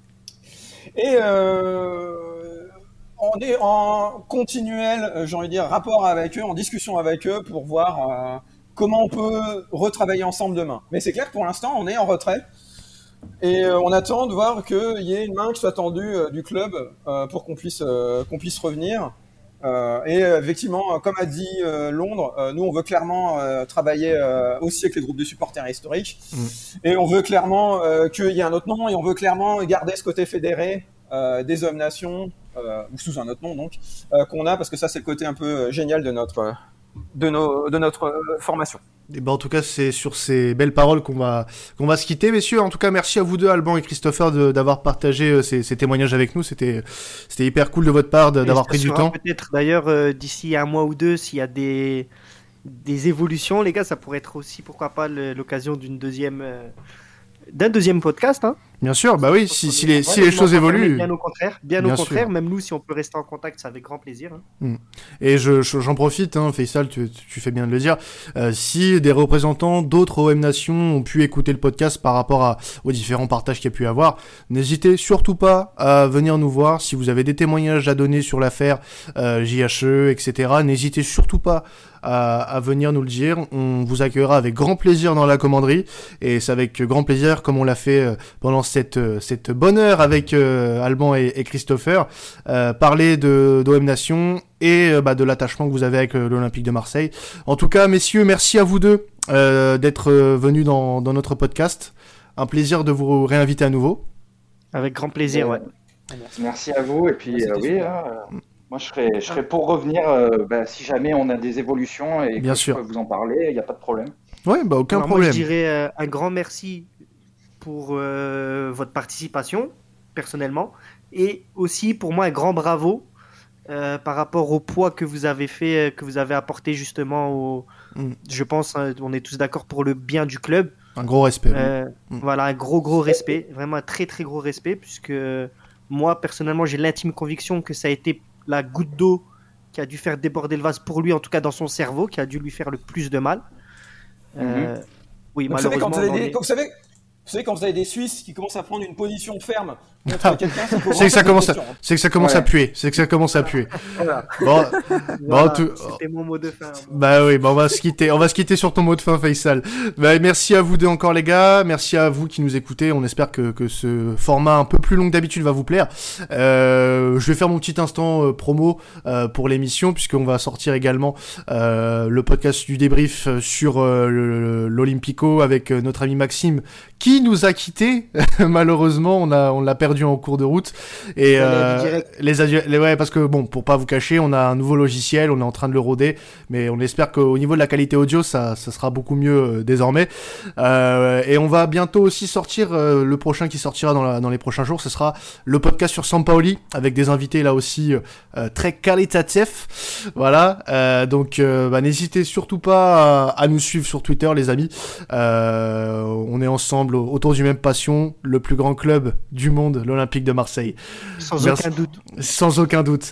Et euh, on est en continuel, euh, j'ai envie de dire, rapport avec eux, en discussion avec eux pour voir euh, comment on peut retravailler ensemble demain. Mais c'est clair que pour l'instant, on est en retrait. Et euh, on attend de voir qu'il y ait une main qui soit tendue euh, du club euh, pour qu'on puisse, euh, qu'on puisse revenir. Euh, et euh, effectivement, comme a dit euh, Londres, euh, nous on veut clairement euh, travailler euh, aussi avec les groupes de supporters historiques. Mmh. Et on veut clairement euh, qu'il y ait un autre nom et on veut clairement garder ce côté fédéré euh, des O M Nations, euh, ou sous un autre nom donc, euh, qu'on a, parce que ça c'est le côté un peu génial de notre, de nos, de notre euh, formation. Et ben en tout cas, c'est sur ces belles paroles qu'on va qu'on va se quitter, messieurs. En tout cas, merci à vous deux, Alban et Christopher, de, d'avoir partagé ces, ces témoignages avec nous. C'était c'était hyper cool de votre part de, d'avoir pris du temps. Peut-être d'ailleurs euh, d'ici un mois ou deux, s'il y a des des évolutions, les gars, ça pourrait être aussi pourquoi pas le, l'occasion d'une deuxième euh, d'un deuxième podcast. Hein. Bien sûr, bah oui, si, si les, si les Ouais, choses non, évoluent. Bien au contraire, bien, Bien au contraire. sûr. Même nous, si on peut rester en contact, c'est avec grand plaisir. hein. Et je, je- j'en profite, hein, Faisal, tu, tu fais bien de le dire. Euh, si des représentants d'autres O M Nations ont pu écouter le podcast par rapport à, aux différents partages qu'il y a pu y avoir, n'hésitez surtout pas à venir nous voir. Si vous avez des témoignages à donner sur l'affaire euh, J H E, et cetera, n'hésitez surtout pas à, à venir nous le dire. On vous accueillera avec grand plaisir dans la commanderie. Et c'est avec grand plaisir, comme on l'a fait euh, pendant cette, euh, cette bonne heure avec euh, Alban et, et Christopher, euh, parler de d'O M Nation et euh, bah, de l'attachement que vous avez avec euh, l'Olympique de Marseille. En tout cas, messieurs, merci à vous deux euh, d'être euh, venus dans, dans notre podcast. Un plaisir de vous réinviter à nouveau. Avec grand plaisir, ouais. Merci à vous. Et puis, Ouais, c'était euh, oui, super. hein, euh, moi, je serais, je serais pour revenir euh, bah, si jamais on a des évolutions et Bien que sûr. je peux vous en parler, il n'y a pas de problème. Ouais, bah aucun Alors, problème. Moi, je dirais euh, un grand merci pour euh, votre participation, personnellement, et aussi pour moi un grand bravo euh, par rapport au poids que vous avez fait, euh, que vous avez apporté justement au. Mm. Je pense, hein, on est tous d'accord pour le bien du club. Un gros respect. Euh, Mm. Voilà, un gros gros respect, vraiment un très très gros respect, puisque moi personnellement j'ai l'intime conviction que ça a été la goutte d'eau qui a dû faire déborder le vase pour lui, en tout cas dans son cerveau, qui a dû lui faire le plus de mal. Euh, Oui, Donc, vous, savez, quand malheureusement. vous, avez on en des, est- quand vous savez, vous savez, quand vous avez des Suisses qui commencent à prendre une position ferme Ah. contre quelqu'un, c'est qu'il faut C'est que ça rentrer commence à, des questions. c'est que ça commence Ouais. à puer. C'est que ça commence à puer. Voilà. Bon, Voilà, bon, tout- C'était mon mot de fin. Bah oui, bah on va se quitter, on va se quitter sur ton mot de fin, Faisal. Bah merci à vous deux encore les gars, merci à vous qui nous écoutez. On espère que que ce format un peu plus long que d'habitude va vous plaire. Euh, je vais faire mon petit instant euh, promo euh, pour l'émission puisqu'on va sortir également euh, le podcast du débrief euh, sur euh, le- l'Olympico avec euh, notre ami Maxime qui nous a quittés. Malheureusement, on a on l'a perdu en cours de route et Aléa euh, du direct. les, adu- les ouais parce que bon pour pas vous cacher, on a un nouveau logiciel, on est en train de le roder, mais on espère qu'au niveau de la qualité audio, ça, ça sera beaucoup mieux euh, désormais. Euh, et on va bientôt aussi sortir, euh, le prochain qui sortira dans, la, dans les prochains jours, ce sera le podcast sur Sampaoli, avec des invités là aussi euh, très qualitatifs. Voilà, euh, donc euh, bah, n'hésitez surtout pas à, à nous suivre sur Twitter, les amis. Euh, on est ensemble autour du même passion, le plus grand club du monde, l'Olympique de Marseille. Sans Merci. aucun doute. Sans aucun doute.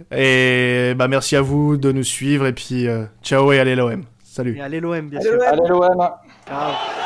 Et bah merci à vous de nous suivre et puis euh, ciao et allez l'O M. Salut. Et allez l'O M, bien Allez, sûr. l'O M. Allez l'O M. Ciao.